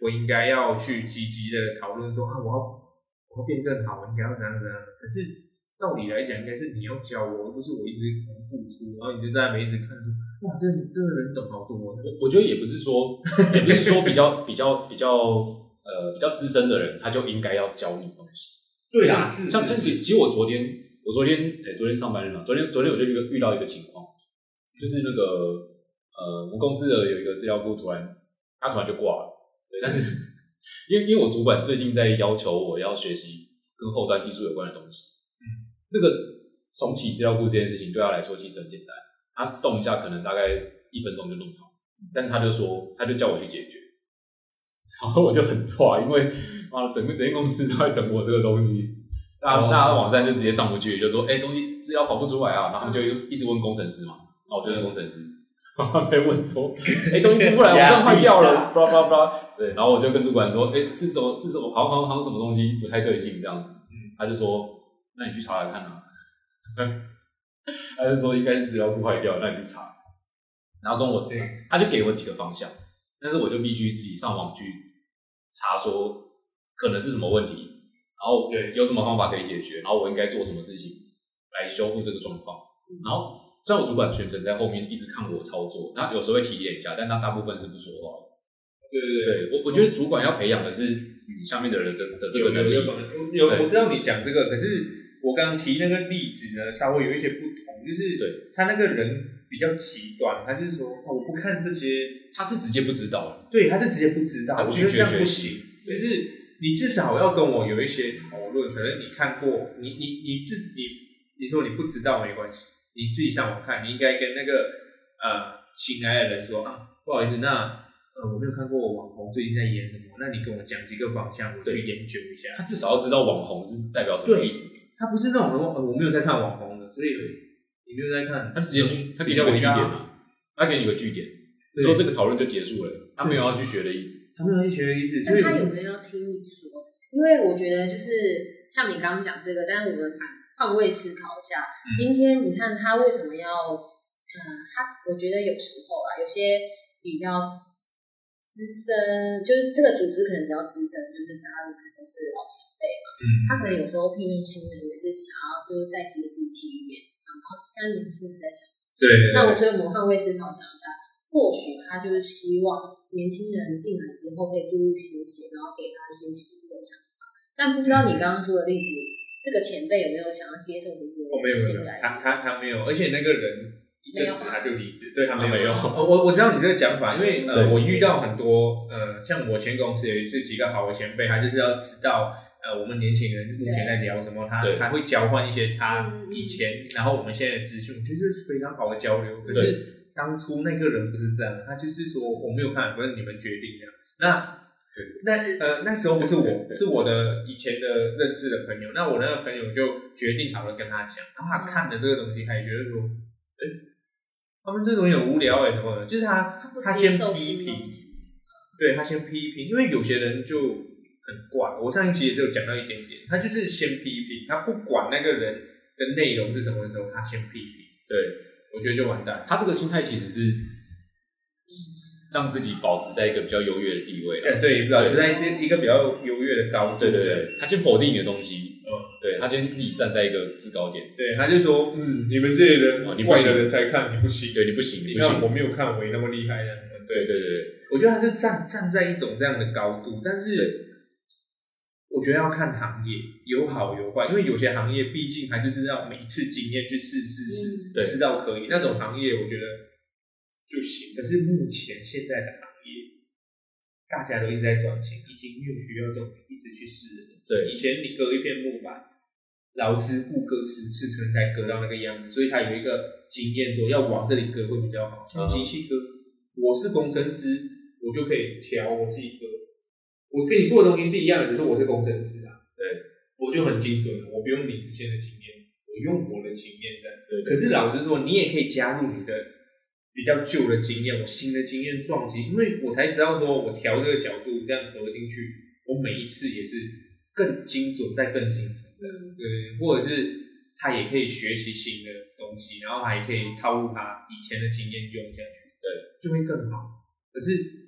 我应该要去积极的讨论说我要变更好，我应该要怎样怎样。可是照理来讲，应该是你要教我，而不是我一直狂付出，然后你就在那边一直看说，哇，这个人懂好多。 我觉得也不是说比较资深的人，他就应该要教你东西。 对啊， 像其实我昨天上班日嘛，昨天我就遇到一个情况，就是那个我们公司的有一个资料库突然就挂了，对，但是因为我主管最近在要求我要学习跟后端技术有关的东西，那个重启资料库这件事情对他来说其实很简单，他动一下可能大概1分钟就弄好，但是他就叫我去解决，然后我就很挫，因为整间公司都在等我这个东西，大家网站就直接上不去，就说东西资料跑不出来啊，然后他们就一直问工程师嘛，然后我就问工程师，被问说东西出不来，网站坏掉了，blah blah blah， 对，然后我就跟主管说是什么好像什么东西不太对劲这样子，他就说那你去查来看啊，他就说应该是资料库坏掉，那你去查，然后他就给我几个方向，但是我就必须自己上网去查说可能是什么问题，然后有什么方法可以解决，然后我应该做什么事情来修复这个状况。然后虽然我主管全程在后面一直看我操作，那有时候会提点一下，但他大部分是不说话的。对，我觉得主管要培养的是你下面的人的这个能力。 我知道你讲这个，可是我刚刚提那个例子呢，稍微有一些不同，就是他那个人比较极端，他就是说我不看这些， 他是直接不知道， 对，他是直接不知道，我觉得这样不行，就是你至少要跟我有一些讨论，可能你看过，你说你不知道没关系，你自己上网看，你应该跟那个新来的人说不好意思，那我没有看过网红最近在演什么，那你跟我讲几个方向，我去研究一下。 他至少要知道网红是代表什么意思。 他不是那种我没有在看网红的，所以你没有在看， 他直接他给你个据点啊，他给你个据点，说这个讨论就结束了，他没有要去学的意思， 但他有没有要听你说？因为我觉得就是像你刚刚讲这个，但是我们换位思考一下，今天你看他为什么要我觉得有时候有些比较资深，就是这个组织可能比较资深，就是大家可能都是老前辈嘛，他可能有时候聘用新人也是想要就是再接地气一点，想知道现在年轻人在想什么。 对。 那所以我们换位思考想一下，或许他就是希望年轻人进来之后可以注入新血，然后给他一些新的想法。但不知道你刚刚说的例子，这个前辈有没有想要接受这些新来的？ 他没有，而且那个人一阵子他就离职，对，他没有。我知道你这个讲法，因为我遇到很多像我前公司也是几个好的前辈，他就是要知道我们年轻人目前在聊什么，他会交换一些他以前，然后我们现在的资讯，我觉得是非常好的交流。可是当初那个人不是这样，他就是说我没有看，不是你们决定这样。那时候不是我，是我的以前的认识的朋友。那我那个朋友就决定好了跟他讲，然后他看了这个东西，他也觉得说，他们这种很无聊什么的，就是他先批评，对，他先批评，因为有些人就很怪。我上一集也是有讲到一点点，他就是先批评，他不管那个人的内容是什么的时候，他先批评，对，我觉得就完蛋。 他这个心态其实是让自己保持在一个比较优越的地位， 对，保持在一个比较优越的高度。 对，他先否定你的东西，对，他先自己站在一个制高点， 对，他就说，你们这些人，你坏的人才看，你不行， 对，你不行， 你看我没有看我也那么厉害的，对，我觉得他是站在一种这样的高度，但是我觉得要看行业，有好有坏，因为有些行业毕竟还就是要每一次经验去试到可以，那种行业我觉得就行。可是目前现在的行业，大家都一直在转型，已经没有需要这种一直去试的。对，以前你割一片木板，老师傅割10次可能才割到那个样子，所以他有一个经验说要往这里割会比较好。像机器割，我是工程师，我就可以调我自己割。我跟你做的东西是一样的，只是我是工程师对，我就很精准了，我不用你之前的经验，我用我的经验在。对。可是老实说，你也可以加入你的比较旧的经验，我新的经验撞击，因为我才知道说我调这个角度这样合进去，我每一次也是更精准，再更精准的。对，或者是他也可以学习新的东西，然后他也可以套入他以前的经验用下去，对，就会更好。可是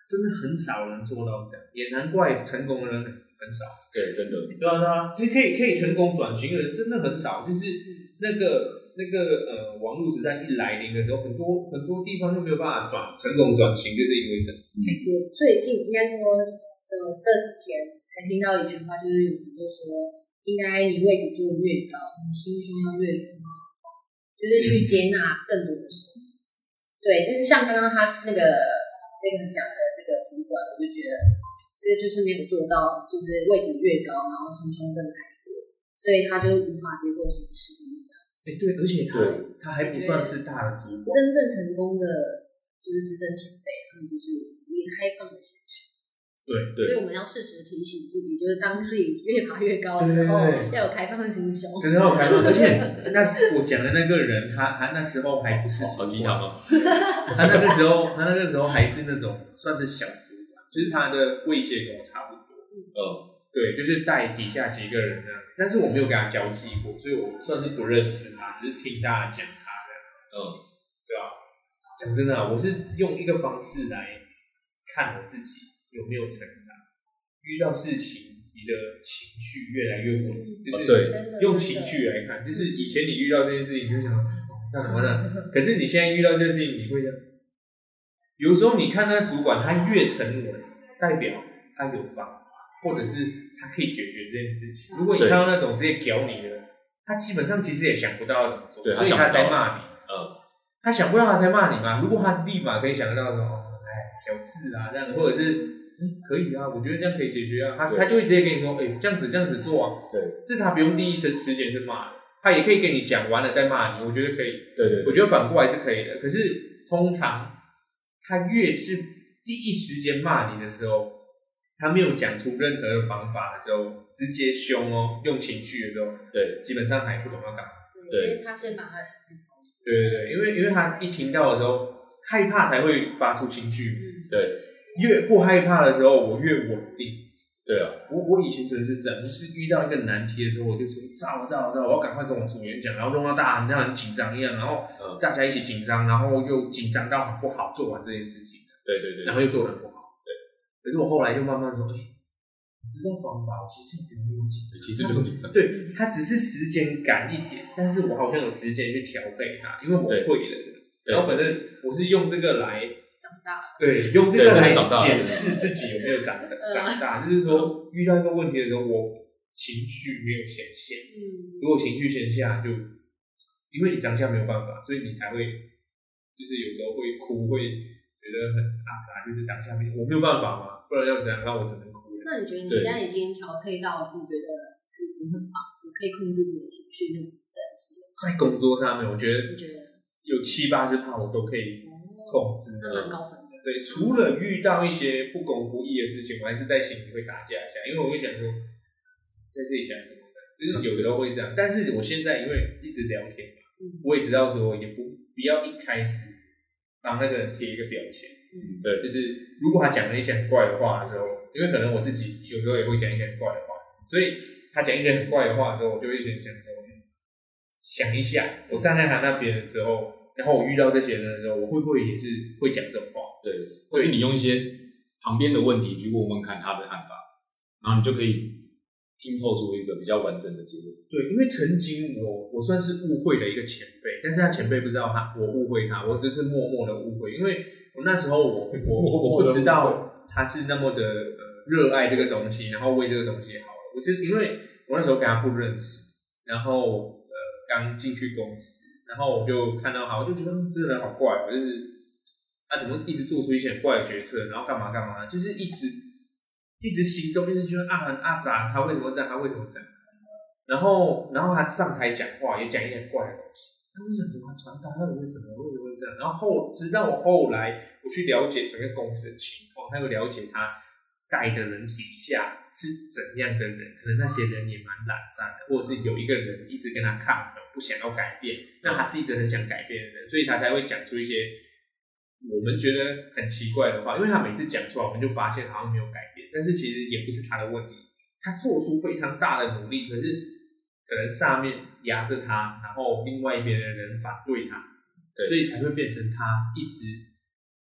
真的很少人做到这样，也难怪成功的人很少。 对，真的。 对啊，其实可以成功转型的人真的很少，就是那个网络时代一来临的时候，很多地方就没有办法成功转型，就是因为这样。 我最近应该说，这几天才听到一句话，就是有人就说，应该你位置做得越高，你心胸要越高，就是去接纳更多的事。对，但是像刚刚他那个讲的这个主管，我就觉得这就是没有做到，就是位置越高，然后心胸更开阔，所以他就无法接受新事物这样子。 对，而且他还不算是大的主管。 真正成功的就是资深前辈，他们就是一个开放的心胸。 对， 所以我们要适时提醒自己，就是当自己越爬越高的时候，要有开放的心胸。 真的要有开放，而且我讲的那个人，他那时候还不是好鸡汤哦。 他那个时候还是那种算是小主管，就是他的位阶跟我差不多。对，就是带底下几个人这样，但是我没有跟他交际过，所以我算是不认识他，只是听大家讲他的。对吧？讲真的我是用一个方式来看我自己有没有成长，遇到事情你的情绪越来越稳，就是用情绪来看，就是以前你遇到这件事情你就想那怎么呢？可是你现在遇到这件事情你会这样，有时候你看那主管他越沉稳，代表他有方法，或者是他可以解决这件事情。如果你看到那种直接屌你的，他基本上其实也想不到要怎么做，所以他才骂你。他想不到他才骂你嘛。如果他立马可以想得到什么，小事啊这样，或者是可以啊，我觉得这样可以解决啊。他就会直接跟你说，这样子做啊。对，这他不用第一时间是骂的，他也可以跟你讲完了再骂你，我觉得可以。对，我觉得反过来是可以的。可是通常他越是第一时间骂你的时候，他没有讲出任何的方法的时候，直接凶用情绪的时候，对，基本上还不懂要干嘛。 对，因为他先把他的情绪抛出。 对，因为他一听到的时候，害怕才会发出情绪。对，越不害怕的时候，我越稳定。对啊，我以前真的是这样，就是遇到一个难题的时候，我就说糟，我要赶快跟我组员讲，然后弄到大家好像很紧张一样，然后大家一起紧张，然后又紧张到很不好做完这件事情。对，然后又做得很不好。对，可是我后来就慢慢说，知道方法，我其实也不用紧张。其实不用紧张。对，它只是时间赶一点，但是我好像有时间去调配它，因为我会了。然后反正我是用这个来长大。 对，用这个来检视自己有没有长大。就是说，遇到一个问题的时候，我情绪没有显现。如果情绪显下，就因为你当下没有办法，所以你才会就是有时候会哭，会觉得很杂，就是当下我没有办法嘛，不然要怎样，那我只能哭。 那你觉得你现在已经调配到你觉得你很棒，你可以控制自己的情绪那种等级？ 在工作上面，我觉得有70-80%我都可以控制。 那蛮高分的。 对，除了遇到一些不公不义的事情，我还是在心里会打架一下，因为我会讲说，在这里讲什么的，就是有时候会这样。但是我现在因为一直聊天嘛，我也知道说也不要一开始帮那个人贴一个标签。对，就是如果他讲了一些很怪的话的时候，因为可能我自己有时候也会讲一些很怪的话，所以他讲一些很怪的话的时候，我就会先想一下，我站在他那边的时候，然后我遇到这些人的时候，我会不会也是会讲这种话？对， 或是你用一些旁边的问题去问问看他的看法，然后你就可以拼凑出一个比较完整的结论。 对，因为曾经我算是误会了一个前辈，但是他前辈不知道我误会他，我只是默默的误会，因为我那时候我不知道他是那么的热爱这个东西，然后为这个东西好了。我就因为我那时候跟他不认识，然后刚进去公司，然后我就看到他，我就觉得这个人好怪，就是他怎么一直做出一些很怪的决策，然后干嘛，就是一直心中一直觉得很杂，他为什么这样，他为什么这样？然后他上台讲话也讲一些很怪的东西。他为什么传达到底是什么？为什么会这样？然后直到我后来我去了解整个公司的情况，还有了解他带的人底下是怎样的人，可能那些人也蛮懒散的，或者是有一个人一直跟他抗衡，不想要改变，那他是一直很想改变的人，所以他才会讲出一些我们觉得很奇怪的话。因为他每次讲出来，我们就发现好像没有改变，但是其实也不是他的问题，他做出非常大的努力，可是可能上面压着他，然后另外一边的人反对他，所以才会变成他一直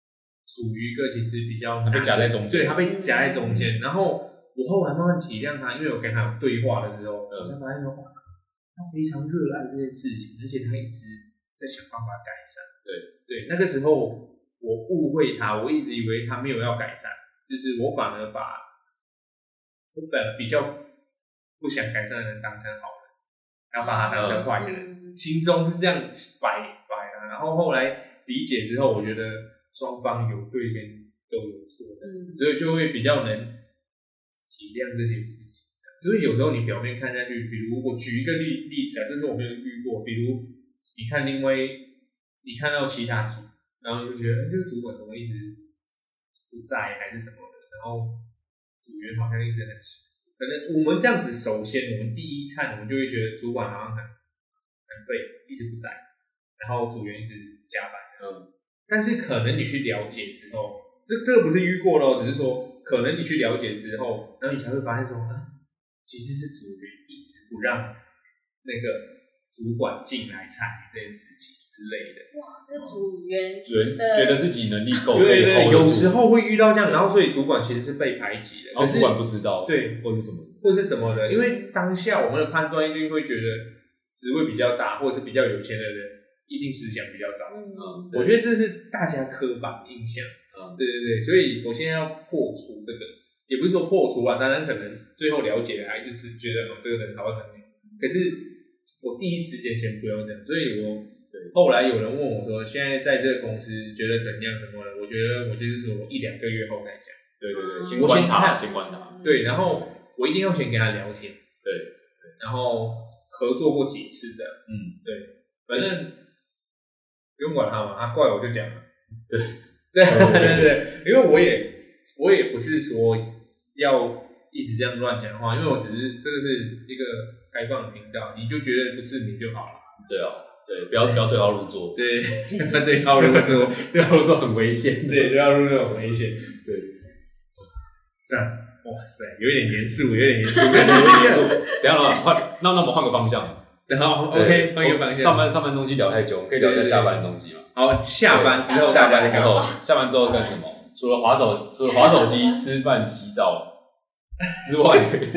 属于一个其实比较被夹在中间， 对，他被夹在中间。然后我后来慢慢体谅他，因为我跟他有对话的时候，我才发现说，他非常热爱这件事情，而且他一直在想办法改善。对，那个时候我误会他，我一直以为他没有要改善，就是我反而把比较不想改善的人当成好人，然后把他当成坏人，心中是这样摆的。然后后来理解之后，我觉得双方有对跟都有错的，所以就会比较能体谅这些事情。因为有时候你表面看下去，比如我举一个例子啊，这是我没有遇过，比如你看到其他组，然后就觉得这个主管怎么一直不在还是什么的，然后组员好像一直很辛苦。可能我们这样子，首先我们第一看，我们就会觉得主管好像很废，一直不在，然后组员一直加班。但是可能你去了解之后，这个不是遇过咯，只是说可能你去了解之后，然后你才会发现说，其实是组员一直不让那个主管进来参与这件事情之类的。 哇，这组员觉得自己能力够， 对，有时候会遇到这样，然后所以主管其实是被排挤的， 然后主管不知道， 对， 或是什么的，因为当下我们的判断一定会觉得职位比较大或者是比较有钱的人一定思想比较早。我觉得这是大家刻板印象。对，所以我现在要破除这个，也不是说破除啊，当然可能最后了解了还是觉得这个人好像很美，可是我第一时间先不用这样，所以我后来有人问我说，现在在这个公司觉得怎样什么的，我觉得我就是说1-2个月后再讲。 对，先观察。 对，然后我一定要先跟他聊天。 对， 然后合作过几次的。对，反正不用管他嘛，他怪我就讲了。对，因为我也不是说要一直这样乱讲话，因为我只是这个是一个开放的频道，你就觉得不是你就好了。 对，不要对号入座。 对，对号入座， 对号入座很危险。 对，对号入座很危险。对，这样，哇塞，有点严肃。等一下了，那我们换个方向。 好 ，OK， 换一个方向。 上班东西聊太久，可以聊一下下班的东西吗？ 好，下班之后干什么？除了滑手机、吃饭、洗澡之外，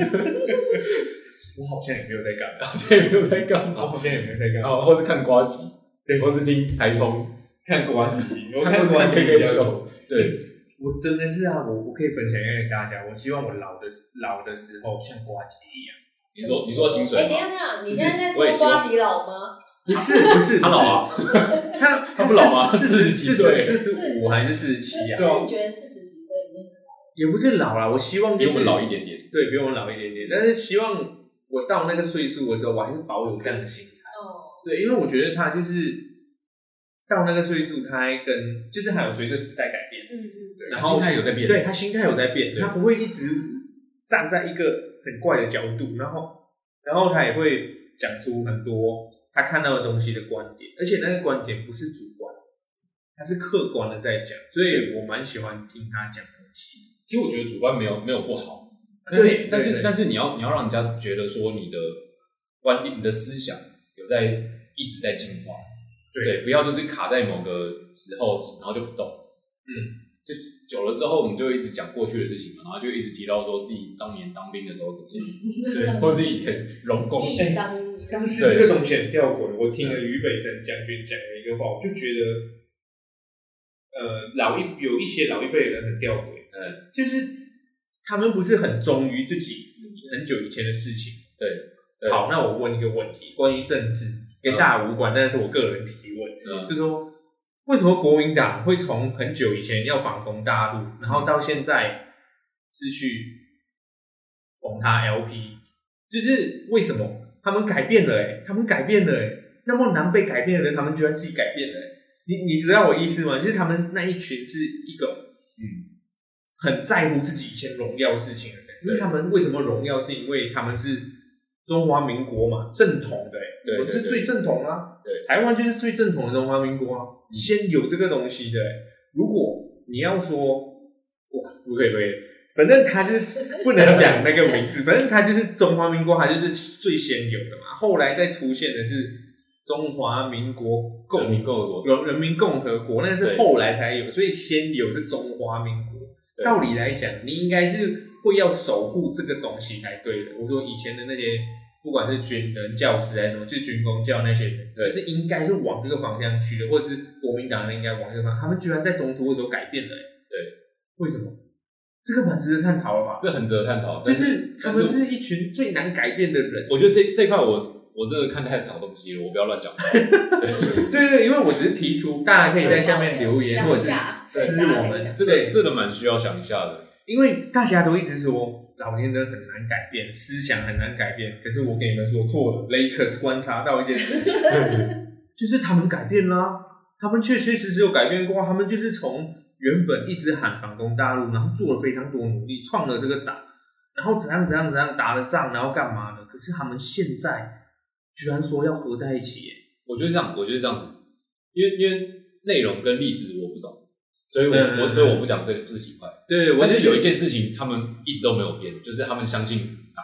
我好像也没有在干嘛。 或是看呱吉，对，或是听台通看呱吉，我看呱吉比较多。对，我真的是啊，我可以分享给大家。我希望我老的时候像呱吉一样。 你说薪水？ 等一下，你现在在说呱吉老吗？ 不是， 他老啊， 他不老吗 ？40几岁，45还是47啊？ 所以你觉得40几岁已经很老？ 也不是老啦，我希望比我们老一点点。 对，比我们老一点点，但是希望我到那个岁数的时候，我还是保有这样的心态。对，因为我觉得他就是到那个岁数，他还就是还有随着时代改变， 对，然后心态有在变， 对他心态有在变，他不会一直站在一个很怪的角度，然后他也会讲出很多他看到的东西的观点，而且那个观点不是主观，他是客观的在讲，所以我蛮喜欢听他讲东西。 其实我觉得主观没有不好，但是你要让人家觉得说你的观点、你的思想有一直在进化，对，不要就是卡在某个时候，然后就不动，就久了之后，我们就一直讲过去的事情嘛，然后就一直提到说自己当年当兵的时候怎么样，对，或是以前荣工。 当时这个东西很吊诡，我听了俞北辰将军讲的一个话，我就觉得，有一些老一辈的人很吊诡，就是他们不是很忠于自己很久以前的事情。对，好，那我问一个问题，关于政治，跟大家无关，但是我个人提问，就是说，为什么国民党会从很久以前要反攻大陆，然后到现在是去捧他 LP， 就是为什么？他们改变了那么难被改变的人，他们居然自己改变了你知道我意思吗？就是他们那一群是一个很在乎自己以前荣耀事情的人，因为他们为什么荣耀，是因为他们是中华民国嘛，正统的我们是最正统啊，对，台湾就是最正统的中华民国啊，先有这个东西的如果你要说哇，不可以，反正他就是不能讲那个名字，反正他就是中华民国，他就是最先有的嘛。后来再出现的是中华民国人民共和国， 人民共和国，那是后来才有，所以先有是中华民国。照理来讲，你应该是会要守护这个东西才对的。我说以前的那些，不管是军人、教师还是什么，就是军公教那些人，就是应该是往这个方向去的，或者是国民党人应该往这个方向。他们居然在中途的时候改变了， 对， 为什么？这个蛮值得探讨的吧？ 这很值得探讨， 就是他们是一群最难改变的人。 我觉得这块我真的看太少东西了，我不要乱讲。 对，因为我只是提出，大家可以在下面留言，或者是私我们。 这个蛮需要想一下的， 因为大家都一直说老年人很难改变，思想很难改变。可是我跟你们说错了 ，Lakers 观察到一件事情，就是他们改变啦，他们确实有改变过，他们就是从原本一直喊反攻大陆，然后做了非常多努力，创了这个党，然后怎样打了仗，然后干嘛的？可是他们现在居然说要合在一起耶！ 我觉得这样子，因为内容跟历史我不懂，所以我不讲这几块。 对， 但是有一件事情他们一直都没有变，就是他们相信党，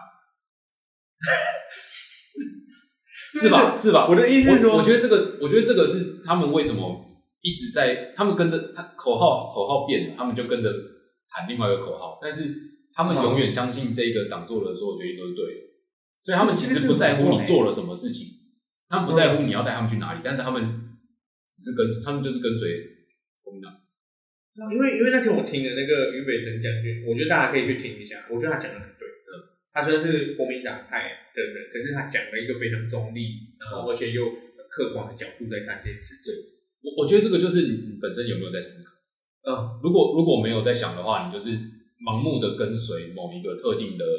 是吧？ 我的意思是说， 我觉得这个是他们为什么一直在，他们跟着他口号变了，他们就跟着喊另外一个口号，但是他们永远相信这个党做的所有决定都是对的。所以他们其实不在乎你做了什么事情，他们不在乎你要带他们去哪里，但是他们他们就是跟随国民党。 因为那天我听了那个俞北辰将军，我觉得大家可以去听一下，我觉得他讲的很对。他虽然是国民党派的人，可是他讲了一个非常中立，然后而且又很客观的角度在看这件事情。 我觉得这个就是你本身有没有在思考。如果没有在想的话，你就是盲目的跟随某一个特定的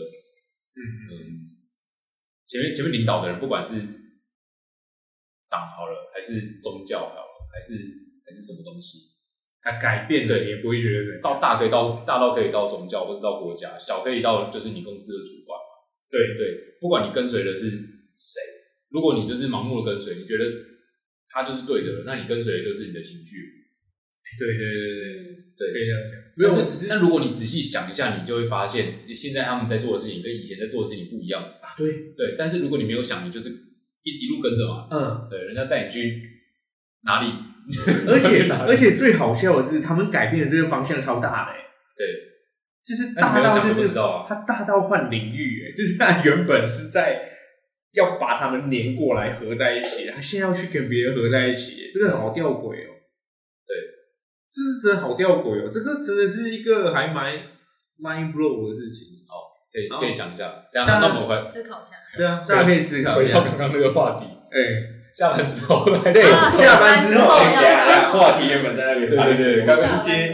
前面领导的人，不管是党好了，还是宗教好了，还是什么东西， 他改变了，也不会觉得怎样。 大到可以到宗教，或是到国家，小可以到就是你公司的主管。对，不管你跟随的是谁，如果你就是盲目的跟随，你觉得他就是对的，那你跟随的就是你的情绪。 对，可以这样讲。没有， 但如果你仔细想一下，你就会发现，现在他们在做的事情跟以前在做的事情不一样啊。对，但是如果你没有想，你就是一路跟着嘛。对，人家带你去哪里？ 而且最好笑的是，他们改变的这个方向超大的。对，就是大到就是他大到换领域，就是他原本是在要把他们黏过来合在一起，他现在要去跟别人合在一起，这个好吊诡哦。这是真的好吊诡哦！这个真的是一个还蛮 mind blow 的事情。 可以想一下，等一下那我们会思考一下。 对啊，大家可以思考一下。 回到刚刚那个话题，下班之后， 下班之后，话题原本在那边。 对，刚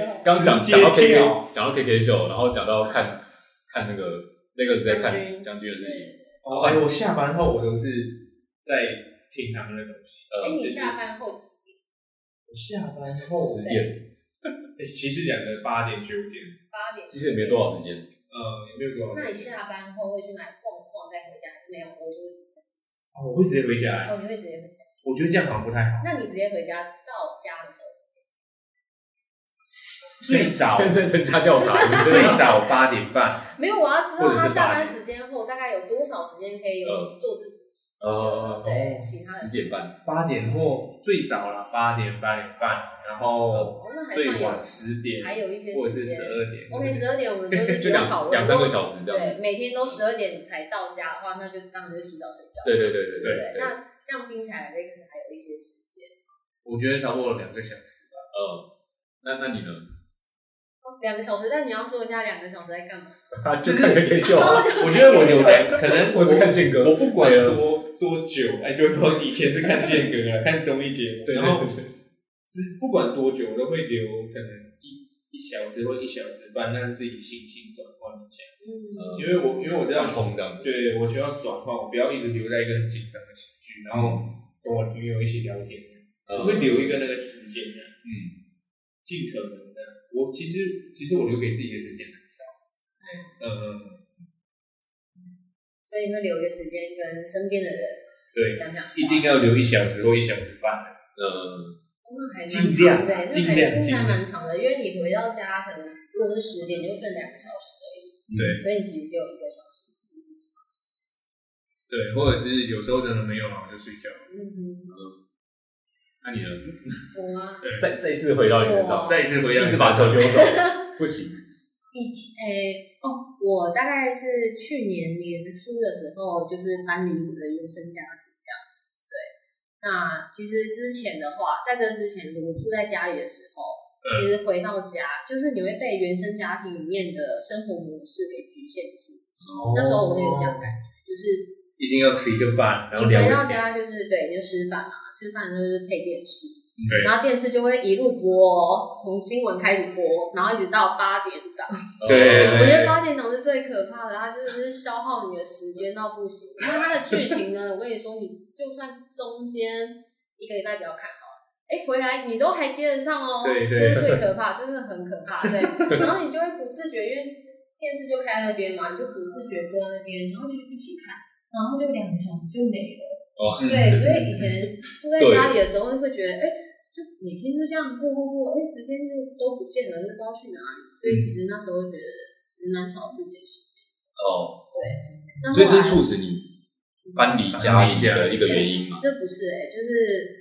讲到 KK 秀，然后讲到看那个是在看将军的事情。 我下班后我都是在听他们的东西。 你下班后几点？ 我下班后 10点。 其实讲的8点9点 ，8点， 其实也没多少时间， 也没有多少时间。 那你下班后会去哪里晃再回家，还是没有？我就是直接回家。 我会直接回家。 你会直接回家？ 我觉得这样好像不太好。 那你直接回家到家的时候几点？ 最早先生家调查， 最早8点半。 没有，我要知道他下班时间后大概有多少时间可以做自己的事。对，其他的 10点半 ，8点或最早了8点8点半，然后最晚10点， 还有一些或者是12点。 OK，12点我们就是不用讨论 2-3个小时这样。 对，每天都12点才到家的话，那就当然就洗澡睡觉。 对。 那这样听起来，Lakers还有一些时间。 我觉得差不多2个小时吧。 那你呢 ？2 个小时，但你要说一下2个小时在干嘛？ 就看 KK 秀。 我觉得我有的可能我是看宪哥， 我不管多久，对，我以前是看宪哥啊，看综艺节目，然后不管多久，我都会留可能1小时或1小时半，让自己心情转换一下。因为我知道放空这样子， 对，我需要转换，我不要一直留在一个很紧张的情绪，然后跟我女友一起聊天，我会留一个那个时间的，尽可能的。我其实我留给自己的时间很少， 所以你会留一个时间跟身边的人讲讲， 一定要留1小时或1小时半的，尽量， 那还蛮长的，因为你回到家可能如果是10点就剩2个小时而已， 对， 所以你其实只有1个小时是自己的时间。 对，或者是有时候真的没有了就睡觉。 那你呢？ 我吗？ 再次回到你身上， 再一次回到一直把球丢走，不行。 我大概是去年年初的时候，就是搬离我的原生家庭这样子。对，那其实之前的话，在这之前，我住在家里的时候，其实回到家，就是你会被原生家庭里面的生活模式给局限住。那时候我会有这样的感觉，就是一定要吃一个饭，然后你回到家就是对，你就吃饭嘛，吃饭就是配电视。然后电视就会一路播，从新闻开始播，然后一直到8点档。 对， 我觉得8点档是最可怕的，它真的是消耗你的时间到不行。因为它的剧情呢，我跟你说，你就算中间1个礼拜不要看好了，回来你都还接得上哦。 对， 这是最可怕，真的很可怕。对，然后你就会不自觉，因为电视就开在那边嘛，你就不自觉坐在那边，然后就一起看，然后就2个小时就没了。对，所以以前住在家里的时候，会觉得就每天就这样过，时间就都不见了，就不知道去哪里。所以其实那时候觉得其实蛮少自己的时间。对。 所以这是促使你搬离家里的一个原因嘛？ 这不是就是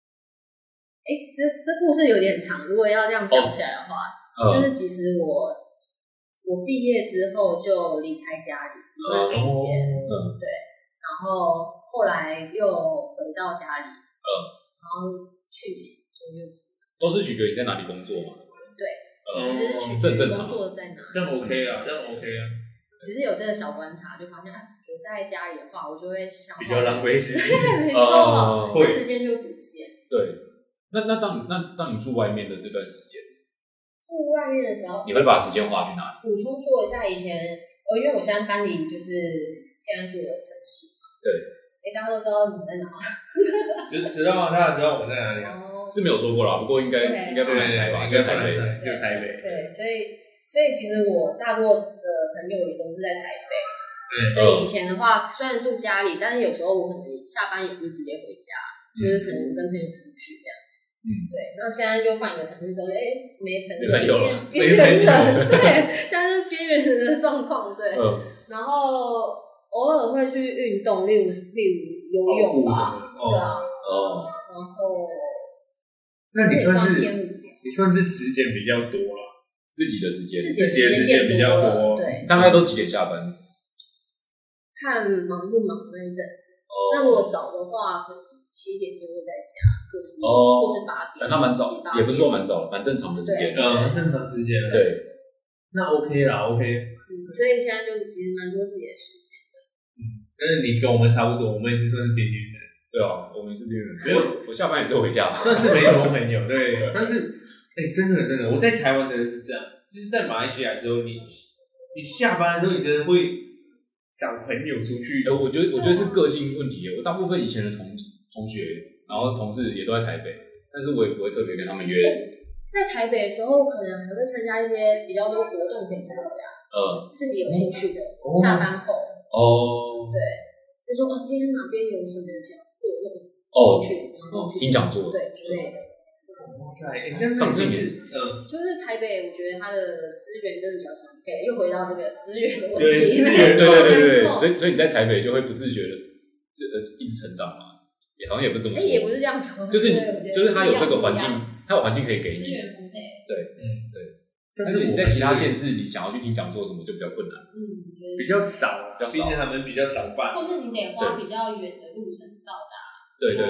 这故事有点长，如果要这样讲起来的话，就是其实我毕业之后就离开家里一段时间，对，然后后来又回到家里，然后去年。 都是取决于你在哪里工作嘛？ 对，其实是取决于工作在哪里。 这样 OK 啊，这样 OK 啊。 只是有这个小观察，就发现我在家里的话，我就会想比较浪费时间， 没错，这时间就不见。 对，那当你住外面的这段时间， 住外面的时候， 你会把时间花去哪里？ 补充说一下，以前因为我现在搬离就是现在住的城市嘛， 对。 大家都知道你在哪？ 知道啊，大家知道我在哪里啊？ 是没有说过啦，不过应该不难猜吧？就台北， 就台北。 对，所以其实我大多的朋友也都是在台北。所以以前的话，虽然住家里，但是有时候我可能下班也不是直接回家，就是可能跟朋友出去这样子。对。那现在就换一个城市之后，没朋友了，边缘人，对，现在是边缘人的状况，对。然后偶尔会去运动，例如游泳吧，对啊。然后， 那你算是时间比较多了， 自己的时间比较多， 对。 大概都几点下班？ 看忙不忙那一阵子。那如果早的话，可能7点就会在家，或是8点。 那蛮早，也不是说蛮早了，蛮正常的时间。 正常时间。 对， 那 OK 啦 ，OK。 所以现在就其实蛮多自己的时间的。 但是你跟我们差不多，我们也是算是边缘人。 对啊，我们是边缘人。没有，我下班也是回家， 算是没什么朋友。对，但是真的，我在台湾真的是这样。就是在马来西亚的时候，你下班的时候，你真的会找朋友出去。 我觉得是个性问题。我大部分以前的同学，然后同事也都在台北，但是我也不会特别跟他们约。 在台北的时候，可能还会参加一些比较多活动可以参加。自己有兴趣的，下班后。对，就说今天哪边有什么讲座，兴趣，然后去听讲座， 对之类的。 哇塞，这样上进就是台北，我觉得它的资源真的比较充沛。又回到这个资源的问题， 对， 所以你在台北就会不自觉的一直成长嘛，好像也不是这么说， 也不是这样说， 就是它有这个环境，它有环境可以给你资源丰沛， 对。但是你在其他县市，你想要去听讲座什么就比较困难。 我觉得比较少，毕竟他们比较少办， 或是你得花比较远的路程到达。 对。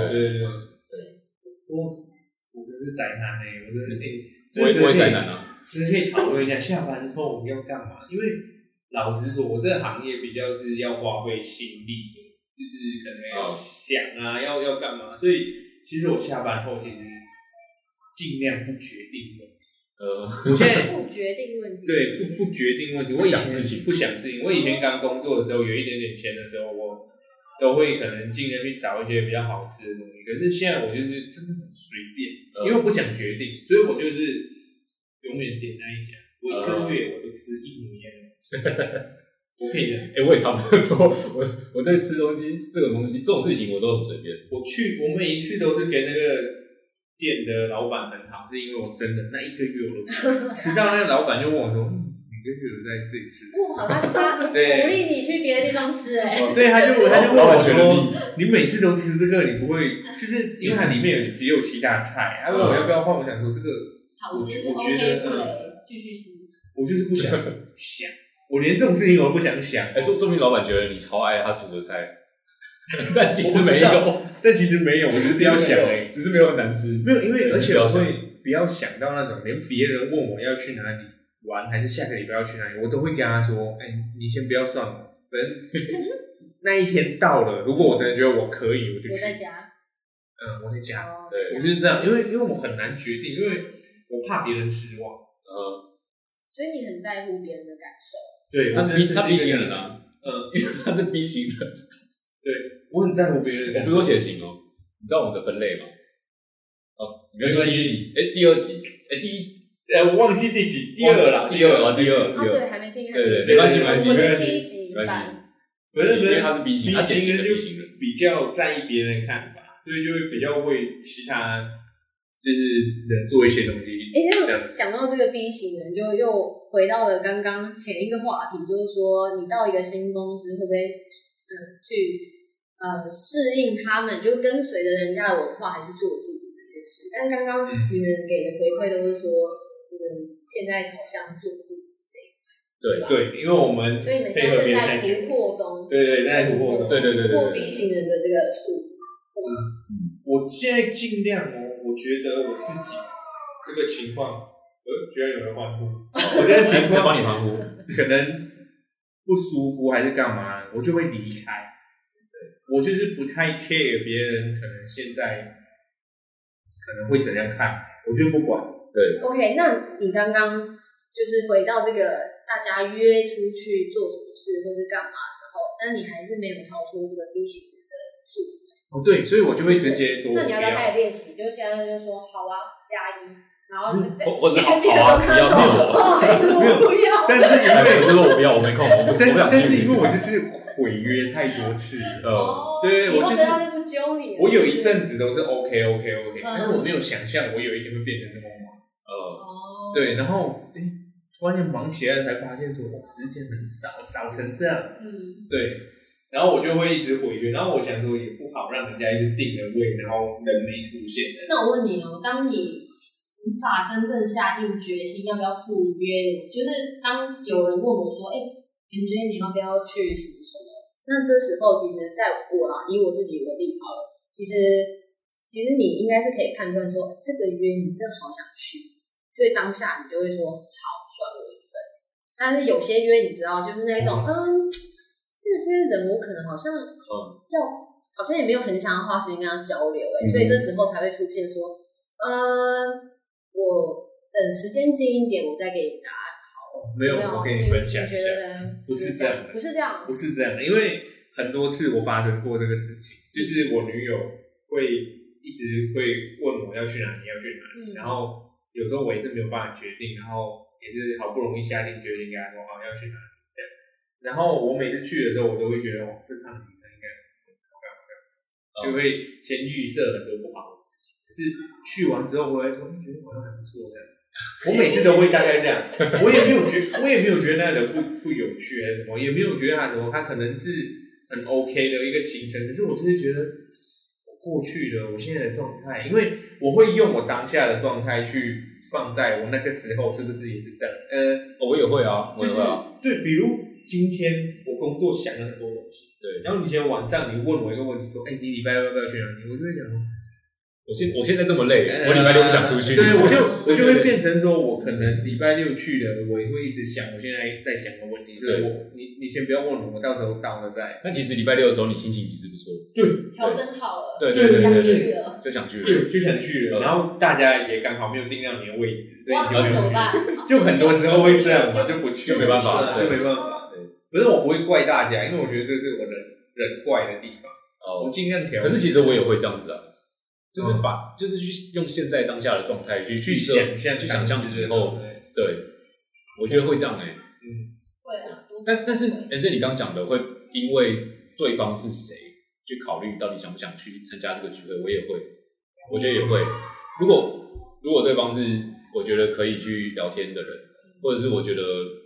我真是宅男我真的是， 我也宅男啊。 只可以讨论一下下班后要干嘛，因为老实说，我这个行业比较是要花费心力的，就是可能要想啊，要干嘛，所以其实我下班后其实尽量不决定问题。我现在不决定问题， 对，不决定问题。我以前不想事情。我以前刚工作的时候，有一点点钱的时候，我都会可能尽量去找一些比较好吃的东西。可是现在我就是真的很随便，因为我不想决定，所以我就是永远点那一家。我1个月我都吃1模一样的。我可以的， 我也差不多。我在吃东西，这种事情我都很随便。 我每一次都是跟那个店的老板很好，是因为我真的那1个月我都吃到那个老板就问我说：“你就留在这里吃。 哇，他鼓励你去别的地方吃对，他就问我说，你每次都吃这个，你不会就是因为它里面也有其他菜，他问我要不要换，我想说这个好吃， 我觉得继续吃。 我就是不想想，我连这种事情我都不想想。 说明老板觉得你超爱他煮的菜。但其实没有， 我就是要想只是没有很难吃。 没有，因为而且我会不要想到那种连别人问我要去哪里玩，还是下个礼拜要去哪里，我都会跟他说，你先不要算了，反正那一天到了，如果我真的觉得我可以，我就去。 我在家。 我在家。 对， 我就是这样，因为我很难决定，因为我怕别人失望。 所以你很在乎别人的感受。 对， 他 B 型人啊。因为他是 B 型人。 对，我很在乎别人的感受。 我不是说血型哦，你知道我们的分类吗？没有第一集，第二集， 我忘记第几，第二啦， 第二。 对，还没听。 对，没关系， 我在第一集版。 反正因为他是 B 型，他血型的 B 型人， 比较在意别人的看法，所以就会比较为其他就是人做一些东西。 那讲到这个 B 型人，就又回到了刚刚前一个话题，就是说你到一个新公司会不会去适应他们，就跟随着人家的文化，还是做自己这件事？但刚刚你们给的回馈都是说，你们现在朝向做自己这一块。 对，因为我们所以你们现在正在突破中。 对，在突破中。对。 突破 B 型人的这个束缚。 我现在尽量我觉得我自己这个情况，居然有人欢呼，我这个情况帮你欢呼， 可能不舒服还是干嘛，我就会离开。我就是不太 care 别人可能现在可能会怎样看，我就不管。对 ，OK， 那你刚刚就是回到这个大家约出去做什么事或是干嘛的时候，但你还是没有逃脱这个 B 型人的束缚。 对，所以我就会直接说， 那你要不要开始练习？就现在就说好啊，加1，然后是或者好啊，不要不要， 但是因为就是我不要，我没空，我不想。 但是因为我就是毁约太多次，对，我就是他就不揪你。 我有一阵子都是 OK， 但是我没有想象我有一天会变成那么忙。对，然后突然间忙起来才发现说，时间很少成这样。对。然后我就会一直毁约，然后我想说也不好让人家一直定了位，然后人没出现。 那我问你当你无法真正下定决心要不要赴约，就是当有人问我说MJ 你要不要去什么什么，那这时候其实在我以我自己为例好了，其实你应该是可以判断说这个约你真的好想去，所以当下你就会说好，算我一份。但是有些约你知道就是那种这些人我可能好像好像也没有很想要花时间跟他交流所以这时候才会出现说我等时间近一点我再给你答案好了。 没有，我跟你分享一下，不是这样的， 不是这样的， 因为很多次我发生过这个事情，就是我女友会一直会问我要去哪里，然后有时候我也是没有办法决定，然后也是好不容易下定决心跟她说好要去哪里。然后我每次去的时候，我都会觉得这趟旅程应该就会先预设很多不好的事情。可是去完之后，我会说，觉得好像还不错这样。我每次都会大概这样，我也没有觉得那人不有趣还是什么，也没有觉得他什么，他可能是很 OK 的一个行程。可是我就是觉得我过去了，我现在的状态，因为我会用我当下的状态去放在我那个时候，是不是也是这样？ 我也会啊， 就是对，比如。今天我工作想了很多东西，对。然后你今天晚上你问我一个问题，说，你礼拜要不要去哪里？我就会讲， 我现在这么累，我礼拜六不想出去。 对，我就会变成说，我可能礼拜六去了，我也会一直想我现在在想的问题。对，你先不要问我，我到时候到了再。 但其实礼拜六的时候，你心情其实不错， 对，调整好了， 对，就想去了， 然后大家也刚好没有定到你的位置，所以你怎么办？ 就很多时候会这样嘛，就不去， 就没办法。 可是我不会怪大家，因为我觉得这是我人怪的地方。我尽量调。 可是其实我也会这样子啊，就是去用现在当下的状态去想象之后，对，我觉得会这样会啊。 但是这你刚讲的会因为对方是谁去考虑到底想不想去参加这个聚会，我也会，我觉得也会。如果对方是我觉得可以去聊天的人，或者是我觉得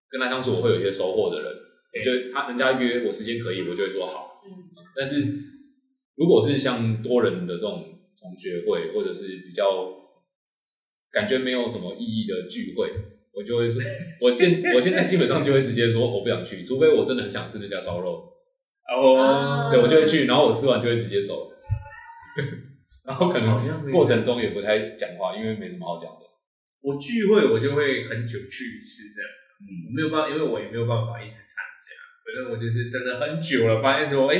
跟他相处我会有一些收获的人，就人家约我时间可以，我就会说好。但是如果是像多人的这种同学会，或者是比较感觉没有什么意义的聚会，我就会说，我现在基本上就会直接说我不想去，除非我真的很想吃那家烧肉。对，我就会去，然后我吃完就会直接走。然后可能过程中也不太讲话，因为没什么好讲的。 我聚会我就会很久去一次这样，我没有办法，因为我也没有办法一直参加。反正我就是真的很久了，发现说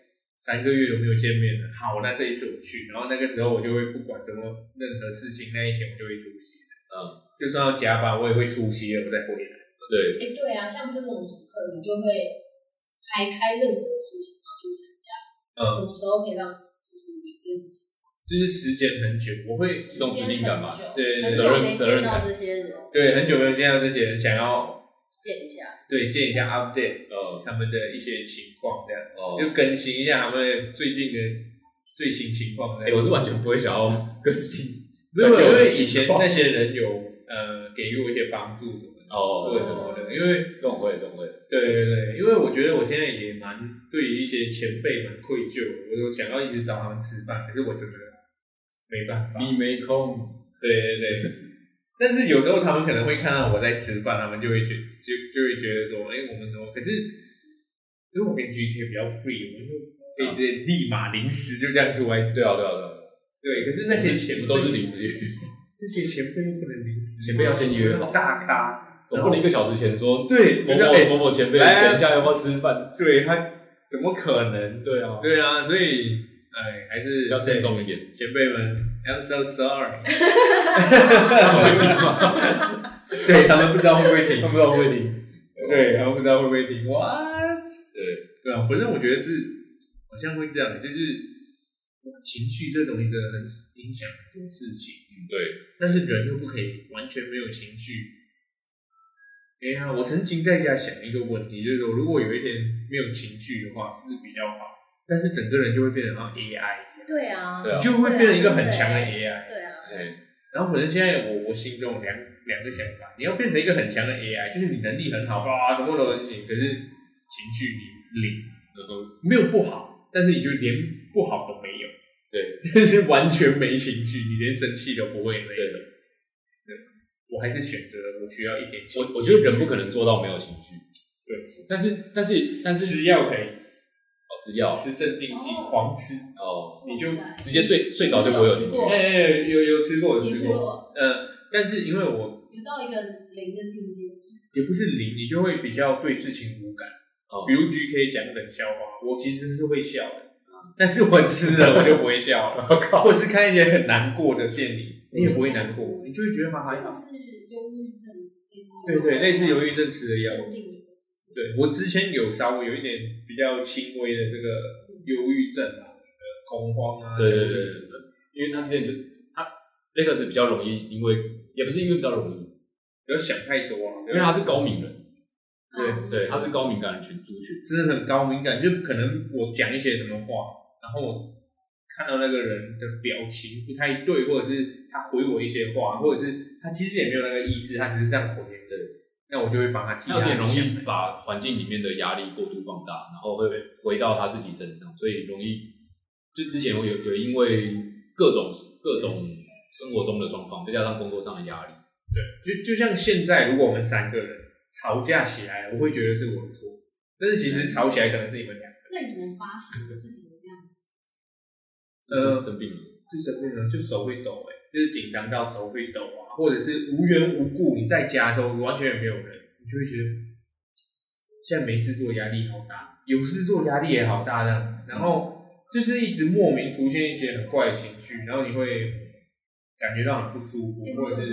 3个月都没有见面了。好，那这一次我去，然后那个时候我就会不管什么任何事情，那一天我就会出席。就算要加班，我也会出席了，我再回来。 对， 对啊，像这种时刻，你就会排开任何事情然后去参加。什么时候可以让就是你自己？ 就是时间很久，我会这种使命感嘛， 对， 责任感。这些人， 对，很久没有见到这些人，想要见一下， 对，见一下 update，他们的一些情况，这样，就更新一下他们最近的最新情况。 我是完全不会想要更新， 没有，因为以前那些人有给予我一些帮助什么的，或者什么的，因为这种会， 对，因为我觉得我现在也蛮对于一些前辈蛮愧疚，我都想要一直找他们吃饭，可是我真的没办法， 你没空， 对。但是有时候他们可能会看到我在吃饭，他们就会觉得说，我们怎么？可是因为我跟 GK 比较 free， 我们就可以直接立马临时就这样出来。对。可是那些前辈都是临时约， 这些前辈又不能临时， 前辈要先约好， 大咖， 总不能1个小时前说， 对， 某某前辈，等一下要不要吃饭？ 对，他怎么可能？对啊，所以。还是要慎重一点， 前辈们 ，I'm so sorry。 他们会听吗？ 对，他们不知道会不会听， 他们不知道会不会听。 对，他们不知道会不会听。What？ 对啊，反正我觉得是好像会这样，就是情绪这东西真的很影响很多事情。 对。 但是人又不可以完全没有情绪。我曾经在家想一个问题，就是说，如果有一天没有情绪的话，是比较好。但是整个人就会变成像 AI， 对啊， 就会变成一个很强的 AI， 对啊， 然后可能现在我心中两个想法，你要变成一个很强的 AI， 就是你能力很好，什么都很行，可是情绪你零，没有不好，但是你就连不好都没有，对，是完全没情绪，你连生气都不会那一种。对，我还是选择我需要一点情绪。 我觉得人不可能做到没有情绪，对，但是吃药可以。 吃药， 吃镇定剂，狂吃你就直接睡着就不会有情绪。 有吃过，但是因为我有到一个零的境界， 也不是零，你就会比较对事情无感。比如 GK 讲冷笑话，我其实是会笑的，但是我吃了我就不会笑了。或者是看一些很难过的电影，你也不会难过，你就会觉得还好。 是忧郁症， 对，类似忧郁症吃的药。对，我之前有稍微有一点比较轻微的这个忧郁症恐慌啊。 对，因为他之前他那个是比较容易，也不是因为比较容易， 不要想太多因为他是高敏人。 对， 他是高敏感族群， 真的很高敏感，就可能我讲一些什么话，然后我看到那个人的表情不太对，或者是他回我一些话，或者是他其实也没有那个意思，他只是这样回。对。那我就会帮他提。 有点容易把环境里面的压力过度放大，然后会回到他自己身上，所以容易就之前我有因为各种生活中的状况，再加上工作上的压力。 对，就像现在，如果我们3个人吵架起来，我会觉得是我的错，但是其实吵起来可能是你们2个。 那你怎么发现自己会这样？ 生病了， 就手会抖就是紧张到手会抖啊，或者是无缘无故你在家的时候完全也没有人，你就会觉得现在没事做压力好大，有事做压力也好大这样子，然后就是一直莫名出现一些很怪的情绪，然后你会感觉到很不舒服，或者是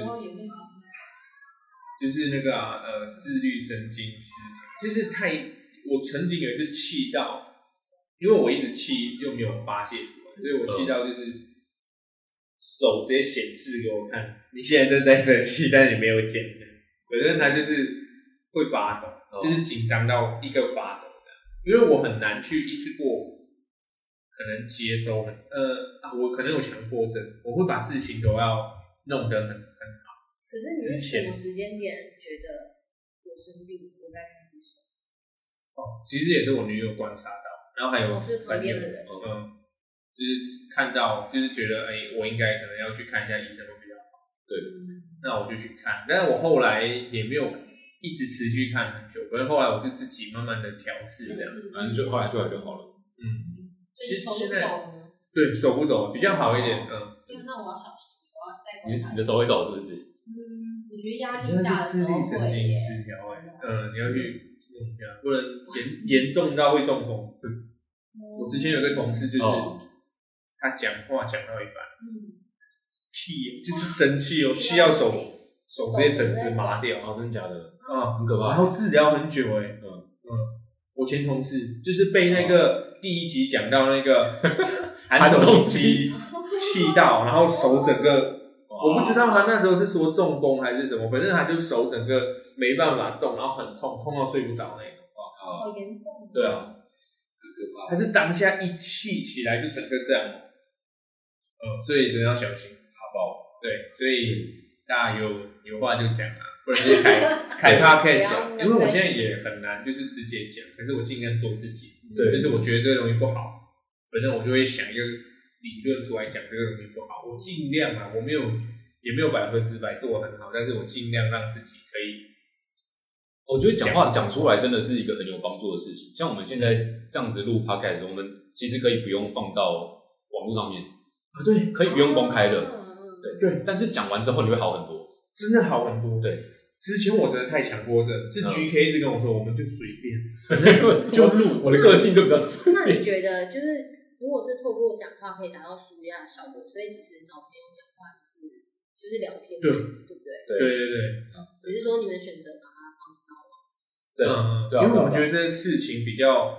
就是那个自律神经失调，就是我曾经有一次气到，因为我一直气又没有发泄出来，所以我气到就是手直接显示给我看，你现在正在生气，但是你没有剪的，反正他就是会发抖，就是紧张到一个发抖的，因为我很难去一次过可能接收我可能有强迫症，我会把事情都要弄得很好。 可是你是什么时间点觉得我生病了，我该看医生。 其实也是我女友观察到，然后还有是旁边的人， 就是看到，就是觉得我应该可能要去看一下医生会比较好。对，那我就去看，但是我后来也没有一直持续看很久，可是后来我是自己慢慢的调试这样， 反正就后来就好了。 其实现在对手不抖比较好一点， 因为那我要小心，我要再观察。 你的手会抖是不是？ 我觉得压力大的时候会。 自律神经失调你要去用一下，不然严重到会中风。我之前有个同事就是他讲话讲到一半，气就是生气气到手直接整只麻掉， 真的假的？ 很可怕。然后治疗很久我前同事就是被那个第一集讲到那个韩总机气到，然后手整个我不知道他那时候是说中风还是什么，反正他就手整个没办法动，然后很痛到睡不着那种。 好严重。 对啊，很可怕。 他是当下一气起来就整个这样，所以真的要小心卡爆。对，所以大家有话就讲啊，不然就开 podcast 因为我现在也很难就是直接讲，可是我尽量做自己。对，就是我觉得这个东西不好，反正我就会想一个理论出来讲这个东西不好，我尽量啊，也没有100%做得很好，但是我尽量让自己可以。 我觉得讲话讲出来真的是一个很有帮助的事情。像我们现在这样子录 podcast， 我们其实可以不用放到网络上面对，可以不用公开的。对，但是讲完之后你会好很多， 真的好很多。 对， 之前我真的太强迫症，是 GK 一直跟我说，我们就随便，就录。 我的个性就比较那你觉得就是如果是透过讲话可以达到舒压的效果，所以其实找朋友讲话就是聊天，对不对？ 对。 只是说你们选择把它放到网上。对，因为我觉得这事情比较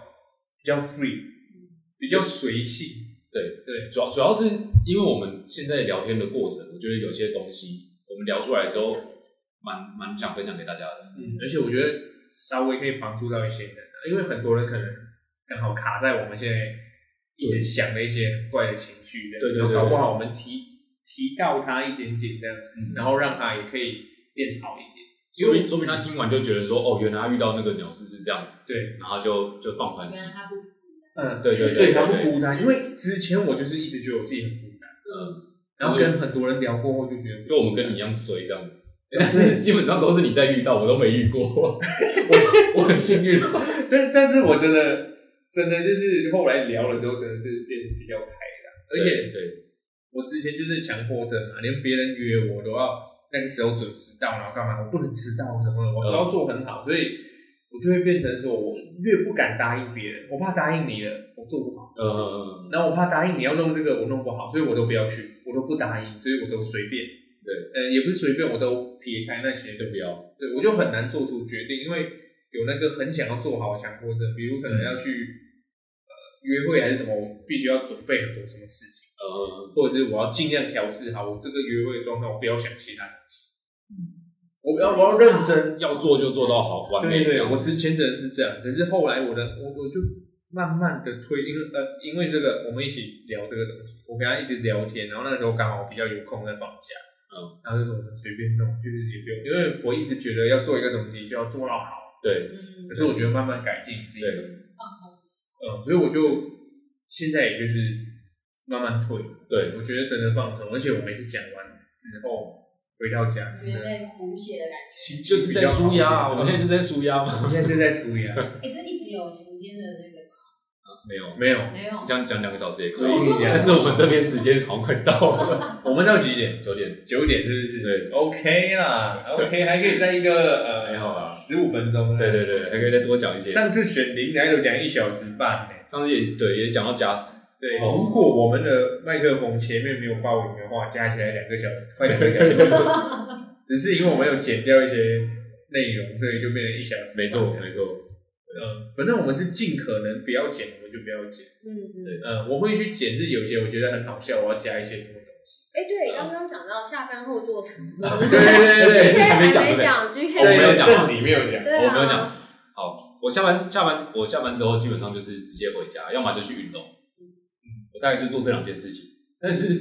free，比较随性。对，主要是因为我们现在聊天的过程，我觉得有些东西我们聊出来之后，蛮想分享给大家的。而且我觉得稍微可以帮助到一些人，因为很多人可能刚好卡在我们现在一直想的一些怪的情绪，对，搞不好我们提到他一点点这样，然后让他也可以变好一点。因为说明他听完就觉得说，原来他遇到那个鸟事是这样子， 对， 然后就放宽心。 原来他不。 对，他不孤单，因为之前我就是一直觉得我自己很孤单，然后跟很多人聊过后就觉得， 就我们跟你一样衰这样子，但是基本上都是你在遇到，我都没遇过，我很幸运。 但是我真的就是后来聊了之后，真的是变得比较开朗，而且我之前就是强迫症嘛，连别人约我都要那个时候准时到，然后干嘛我不能迟到什么的，我都要做很好，所以。我就会变成说，我越不敢答应别人，我怕答应你了，我做不好。然后我怕答应你要弄这个，我弄不好，所以我都不要去，我都不答应，所以我都随便。对，也不是随便，我都撇开那些，都不要。对，我就很难做出决定，因为有那个很想要做好的强迫症，比如可能要去约会还是什么，我必须要准备很多什么事情，或者是我要尽量调试好我这个约会的状态，我不要想其他东西。我要认真， 要做就做到好，完美。 对，我之前真的是这样，可是后来我就慢慢的推，因为这个我们一起聊这个东西，我跟他一直聊天，然后那时候刚好比较有空在放假，然后就说我们随便弄，就是也不用，因为我一直觉得要做一个东西就要做到好，对，可是我觉得慢慢改进自己放松， 所以我就现在也就是慢慢推，对我觉得真的放松，而且我每次讲完之后。回到家， 觉得被补血的感觉， 就是在舒压。我们现在就是在舒压嘛， 我们现在就在舒压。 这一直有时间的那个吗？ 没有，这样讲2个小时也可以， 但是我们这边时间好像快到了。 我们到几点 ？9点是不是？ 对 ，OK 啦 ，OK， 还可以在一个还好啦 ，15分钟。 对，还可以再多讲一些。 上次选0来都讲1小时半呢。 上次也讲到加时。 对，如果我们的麦克风前面没有爆音的话，加起来2个小时，快2个小时。只是因为我们有剪掉一些内容，所以就变成1小时。 没错。 反正我们是尽可能不要剪，我们就不要剪。我会去剪，是有些我觉得很好笑，我要加一些什么东西。 对，刚刚讲到下班后做什么？ 对， 现在还没讲 GK， 我没有讲， 正理没有讲， 我没有讲。好，我下班之后基本上就是直接回家，要么就去运动。我大概就做这2件事情，但是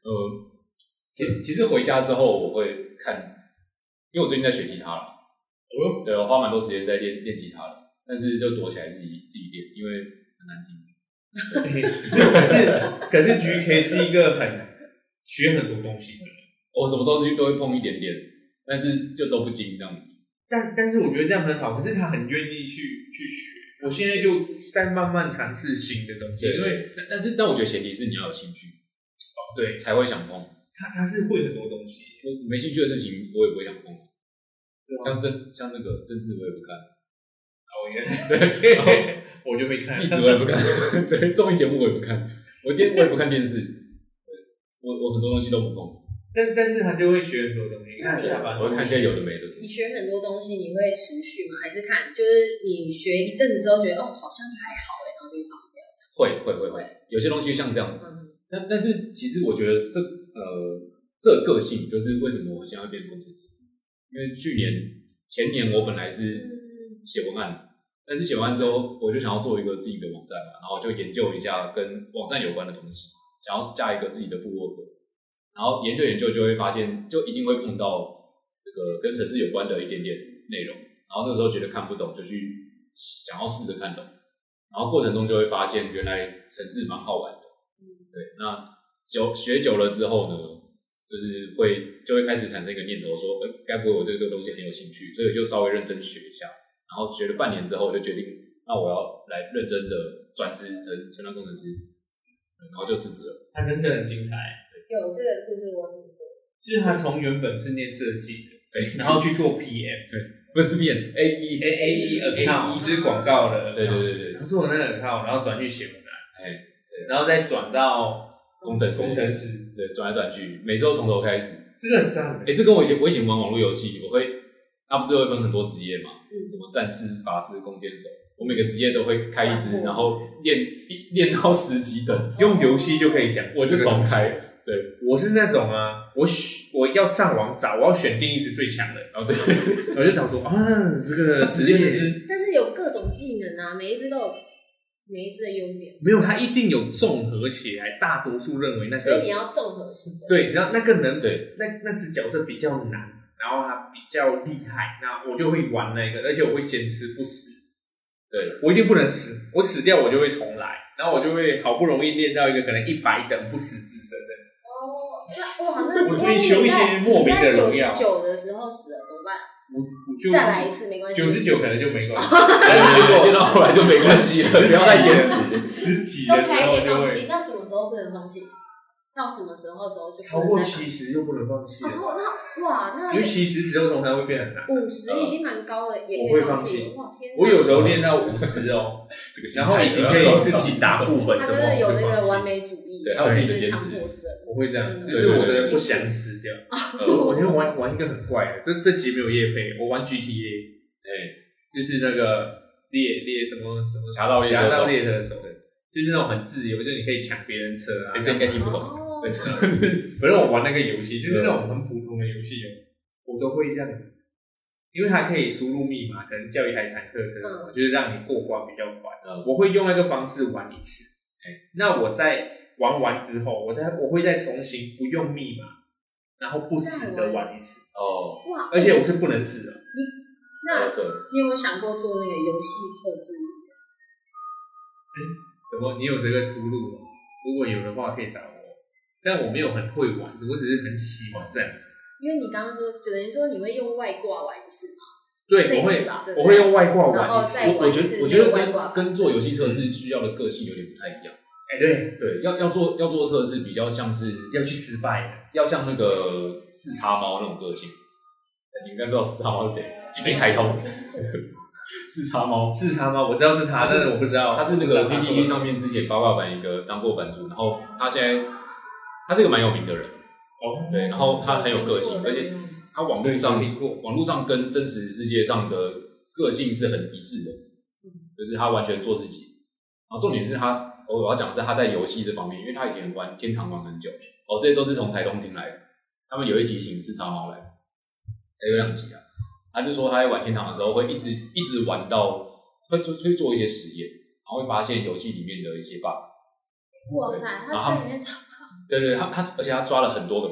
其实回家之后我会看，因为我最近在学吉他了， 对，我花蛮多时间在练吉他的，但是就躲起来自己练，因为很难听。 可是 GK 是一个学很多东西的人， 我什么东西都会碰一点点，但是就都不精这样。 但是我觉得这样很好，可是他很愿意去学。我现在就在慢慢尝试新的东西，因为但我觉得前提是你要有兴趣， 对， 才会想碰。 他是会很多东西， 我没兴趣的事情我也不会想碰。像那个政治我也不看， 对，我就没看历史我也不看，对，综艺节目我也不看，我也不看电视，我很多东西都不碰。 但是他就会学很多东西，你看下班我会看些有的没的。 你学很多东西，你会持续吗？还是看就是你学一阵子之后觉得好像还好然后就会放掉？ 会，有些东西像这样子。但是其实我觉得这个个性就是为什么我现在会变工程师，因为前年我本来是写文案，但是写完之后我就想要做一个自己的网站嘛，然后就研究一下跟网站有关的东西，想要加一个自己的部落格，然后研究就会发现就一定会碰到这个跟程式有关的一点点内容，然后那时候觉得看不懂就去想要试着看懂，然后过程中就会发现原来程式蛮好玩的。对，那学久了之后呢，就是就会开始产生一个念头说，该不会我对这个东西很有兴趣，所以就稍微认真学一下，然后学了半年之后，我就决定，那我要来认真的转职成前端工程师，然后就辞职了。 他真的很精彩， 有这个故事我听过， 就是他从原本是念设计的，然后去做 PM， 不是 PM，AE account 就是广告的， 对， 他做那个 account，然后转去写文案，然后再转到工程师，对，转来转去，每次都从头开始， 这个很赞。 这跟我以前玩网络游戏，它不是会分很多职业嘛，什么战士、法师、弓箭手，我每个职业都会开一支，然后练到10级等， 用游戏就可以讲， 我就重开。对， 我是那种我要上网找，我要选定一支最强的，对，我就找说这个职业， 但是有各种技能啊，每一支都有。每一支的优点没有，它一定有综合起来。大多数认为那个， 所以你要综合型的。 对，然后那个那只角色比较难，然后它比较厉害，那我就会玩那个，而且我会坚持不死。对，我一定不能死，我死掉我就会重来，然后我就会好不容易练到一个可能100等不死之身的。 那我追求一些莫名的荣耀。 99的时候死了怎么办？ 我就再来一次没关系 ，99可能就没关系， 练到后来就没关系了，不要再坚持。 10几的时候就会。 到什么时候不能放弃？到什么时候就超过70就不能放弃。 那因为70之后通常会变很难。 50已经蛮高了，也可以放弃。 哇天！ 我有时候练到50然后已经可以自己打副本。 他真的有那个完美主义， 对，还有自己的坚持。 我会这样，就是我真的不想死掉。我今天玩一个很怪的，这集没有业配，我玩 GTA， 就是那个猎什么侠盗猎车手，就是那种很自由，就是你可以抢别人车啊。 这应该听不懂。对， 反正我玩那个游戏，就是那种很普通的游戏我都会这样子，因为它可以输入密码，可能叫一台坦克车，就是让你过关比较快。我会用那个方式玩一次，那我在玩完之后，我会再重新不用密码，然后不死的玩一次。 哇！ 而且我是不能死的。 那你有没有想过做那个游戏测试？ 怎么你有这个出路？如果有的话，可以找我。但我没有很会玩，我只是很喜欢这样子。 因为你刚刚说，只能说你会用外挂玩一次吗？ 对，我会用外挂玩一次。 我觉得跟做游戏测试需要的个性有点不太一样。对，要做测试，比较像是要去失败的， 要像那个4叉猫那种个性。你应该不知道4叉猫是谁？今天开通。4叉猫，我知道是他，但是我不知道他是那个 PTT 上面之前八卦版一个当过版主，然后他是一个蛮有名的人。对，然后他很有个性，而且他网络上跟真实世界上的个性是很一致的，就是他完全做自己。然后重点是我要讲的是他在游戏这方面，因为他以前玩天堂玩很久，这些都是从台东听来的。他们有一集请4叉猫来，有2集啊。他就说他在玩天堂的时候会一直玩到会做一些实验，然后会发现游戏里面的一些 bug。 哇塞，他在里面找 bug。 对，而且他抓了很多个 bug，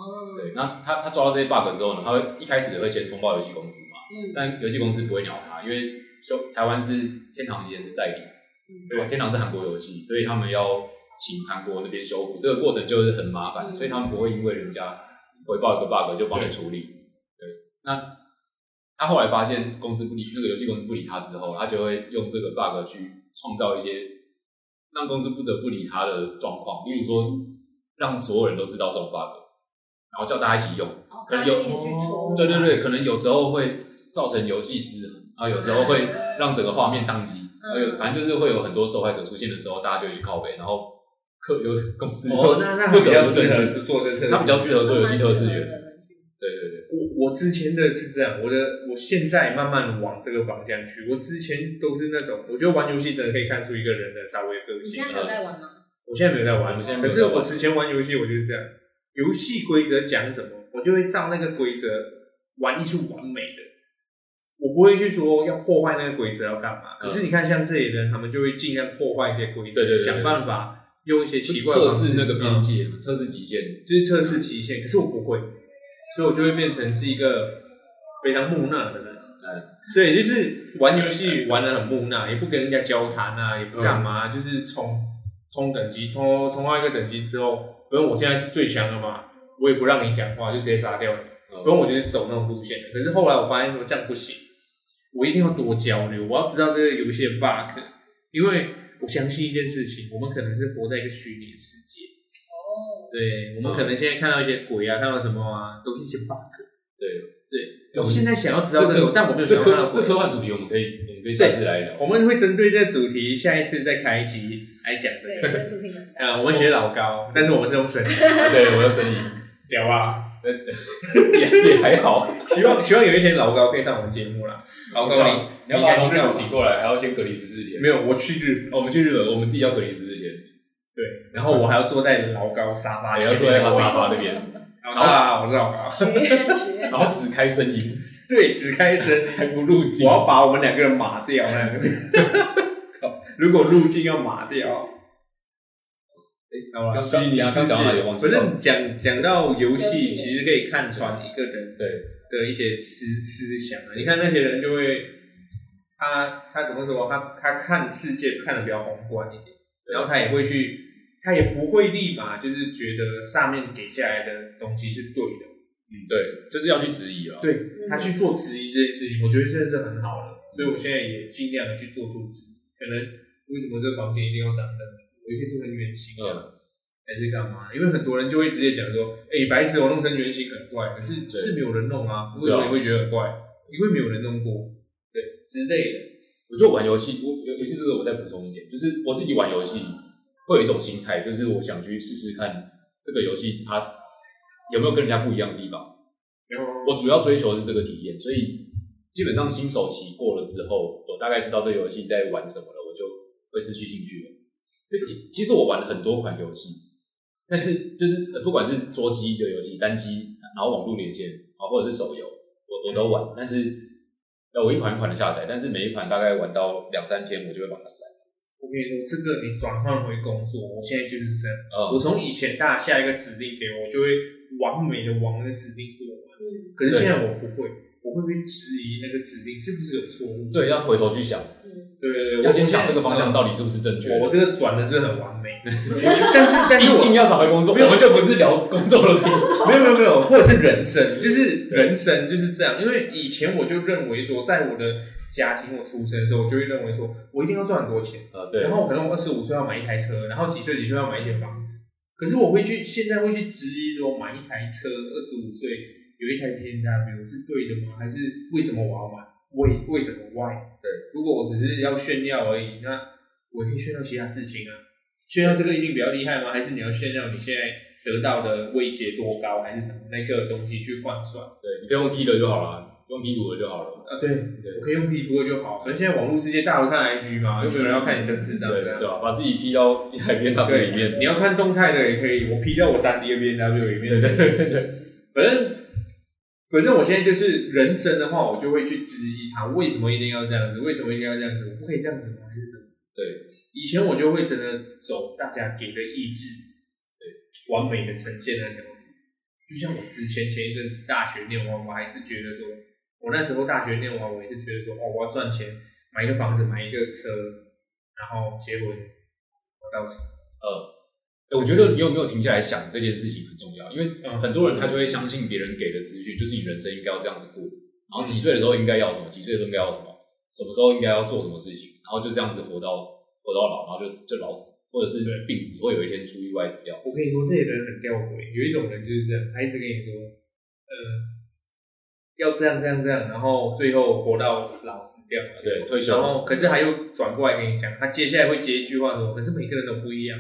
对，那他抓到这些 bug 之后呢，他会一开始会先通报游戏公司嘛，但游戏公司不会鸟他，因为台湾是天堂也是代理，对，天堂是韩国游戏，所以他们要请韩国那边修复，这个过程就是很麻烦，所以他们不会因为人家回报一个 bug 就帮你处理。对，那他后来发现公司不理那个游戏公司不理他之后，他就会用这个 bug 去创造一些让公司不得不理他的状况，例如说让所有人都知道这种 bug， 然后叫大家一起用，可能有对对对，可能有时候会造成游戏失衡，然后有时候会让整个画面宕机，反正就是会有很多受害者出现的时候，大家就会去靠北，然后有公司就那比较适合做这测试， 他比较适合做游戏测试员。对对对， 我之前的是这样，我现在慢慢往这个方向去。我之前都是那种，我觉得玩游戏真的可以看出一个人的稍微的个性。 你现在有在玩吗？ 我现在没有在玩，可是我之前玩游戏，我就是这样，游戏规则讲什么，我就会照那个规则玩一出完美的。我不会去说要破坏那个规则要干嘛。可是你看，像这里人，他们就会尽量破坏一些规则，想办法。用一些奇怪的测试那个边界，测试极限， 就是测试极限。可是我不会，所以我就会变成是一个非常木讷的人。对，就是玩游戏玩得很木讷，也不跟人家交谈啊，也不干嘛，就是冲等级，冲到一个等级之后，反正我现在是最强了嘛，我也不让你讲话，就直接杀掉你。反正我就是走那种路线的。可是后来我发现说这样不行，我一定要多交流，我要知道这个游戏的 bug， 因为我相信一件事情，我们可能是活在一个虚拟的世界。对，我们可能现在看到一些鬼啊，看到什么啊，都是一些 bug。对，我现在想要知道这个，但我没有想要看到这科幻主题，我们可以下次来聊。 我们会针对这个主题，下一次再开一集来讲这个。 对，主题我们学老高，但是我们是用声音。 对，我用声音聊啊， 也还好。 希望有一天老高可以上我们节目啦。老高， 你要把他从日本挤过来，还要先隔离14天。 没有，我去日本， 我们去日本，我们自己要隔离14天。 对，然后我还要坐在老高沙发， 也要坐在他沙发那边。 我是老高。 然后只开声音， 对，只开声还不入镜。 我要把我们两个人码掉那样子。如果入镜要码掉。 刚讲哪里忘记？ 反正讲到游戏，其实可以看穿一个人的一些思想啊。你看那些人就会，他怎么说？他看世界看得比较宏观一点，然后他也会去，他也不会立马就是觉得上面给下来的东西是对的。 对，就是要去质疑了。 对，他去做质疑这件事情，我觉得这是很好的。所以我现在也尽量的去做出质疑。可能为什么这个房间一定要长灯？我也可以做成圆形还是干嘛？因为很多人就会直接讲说，白痴，我弄成圆形很怪，可是是没有人弄啊，为什么你会觉得很怪？因为没有人弄过，对之类的。 我觉得玩游戏，游戏这个我再补充一点，就是我自己玩游戏会有一种心态，就是我想去试试看这个游戏它有没有跟人家不一样的地方。我主要追求的是这个体验，所以基本上新手期过了之后，我大概知道这个游戏在玩什么了，我就会失去兴趣了。其实我玩了很多款游戏，但是就是不管是桌机的游戏、单机，然后网络连线或者是手游，我都玩。但是我一款一款的下载，但是每一款大概玩到2-3天，我就会把它删。 我跟你说，这个你转换回工作，我现在就是这样。我从以前大家下一个指令给我，就会完美的往那个指令做完。可是现在我不会，我会去质疑那个指令是不是有错误。 对，要回头去想。 对， 要先想这个方向到底是不是正确的。 我这个转的是很完美，但是我硬要找回工作，我们就不是聊工作了。 没有，或者是人生，就是人生就是这样。因为以前我就认为说，在我的家庭我出生的时候，我就会认为说我一定要赚很多钱。 对。 然后可能我25岁要买一台车，然后几岁要买一间房子。可是我现在会去质疑说，买一台车，25岁有一台 BMW 是对的吗？还是为什么我要买？为什么 ？Why？ 对，如果我只是要炫耀而已，那我可以炫耀其他事情啊。炫耀这个一定比较厉害吗？还是你要炫耀你现在得到的位阶多高，还是什么那个东西去换算？ 对，你可以用 P 的就好了，用 P 图的就好了。 对，我可以用 P 图的就好。反正现在网络世界大家都看 IG 嘛，又没有人要看你真实长这样。 对吧？把自己 P 到一台 BMW 里面。 你要看动态的也可以，我 P 到我3D 的 BMW 里面。对。反正我现在就是人生的话，我就会去质疑他为什么一定要这样子，为什么一定要这样子，我不可以这样子吗？还是什么？对，以前我就会真的走大家给的意志，对，完美的呈现那条路。 就像我前一阵子大学念完，我还是觉得说，我那时候大学念完，我也是觉得说，我要赚钱，买一个房子，买一个车，然后结婚，我到死。 我觉得你有没有停下来想这件事情很重要，因为很多人他就会相信别人给的资讯，就是你人生应该要这样子过，然后几岁的时候应该要什么，几岁的时候应该要什么，什么时候应该要做什么事情，然后就这样子活到老，然后就老死，或者是病死，或有一天出意外死掉。 我跟你说，这些人很吊诡，有一种人就是这样，他一直跟你说，要这样，然后最后活到老死掉， 对，退休， 然后可是还又转过来跟你讲，他接下来会接一句话说，可是每个人都不一样。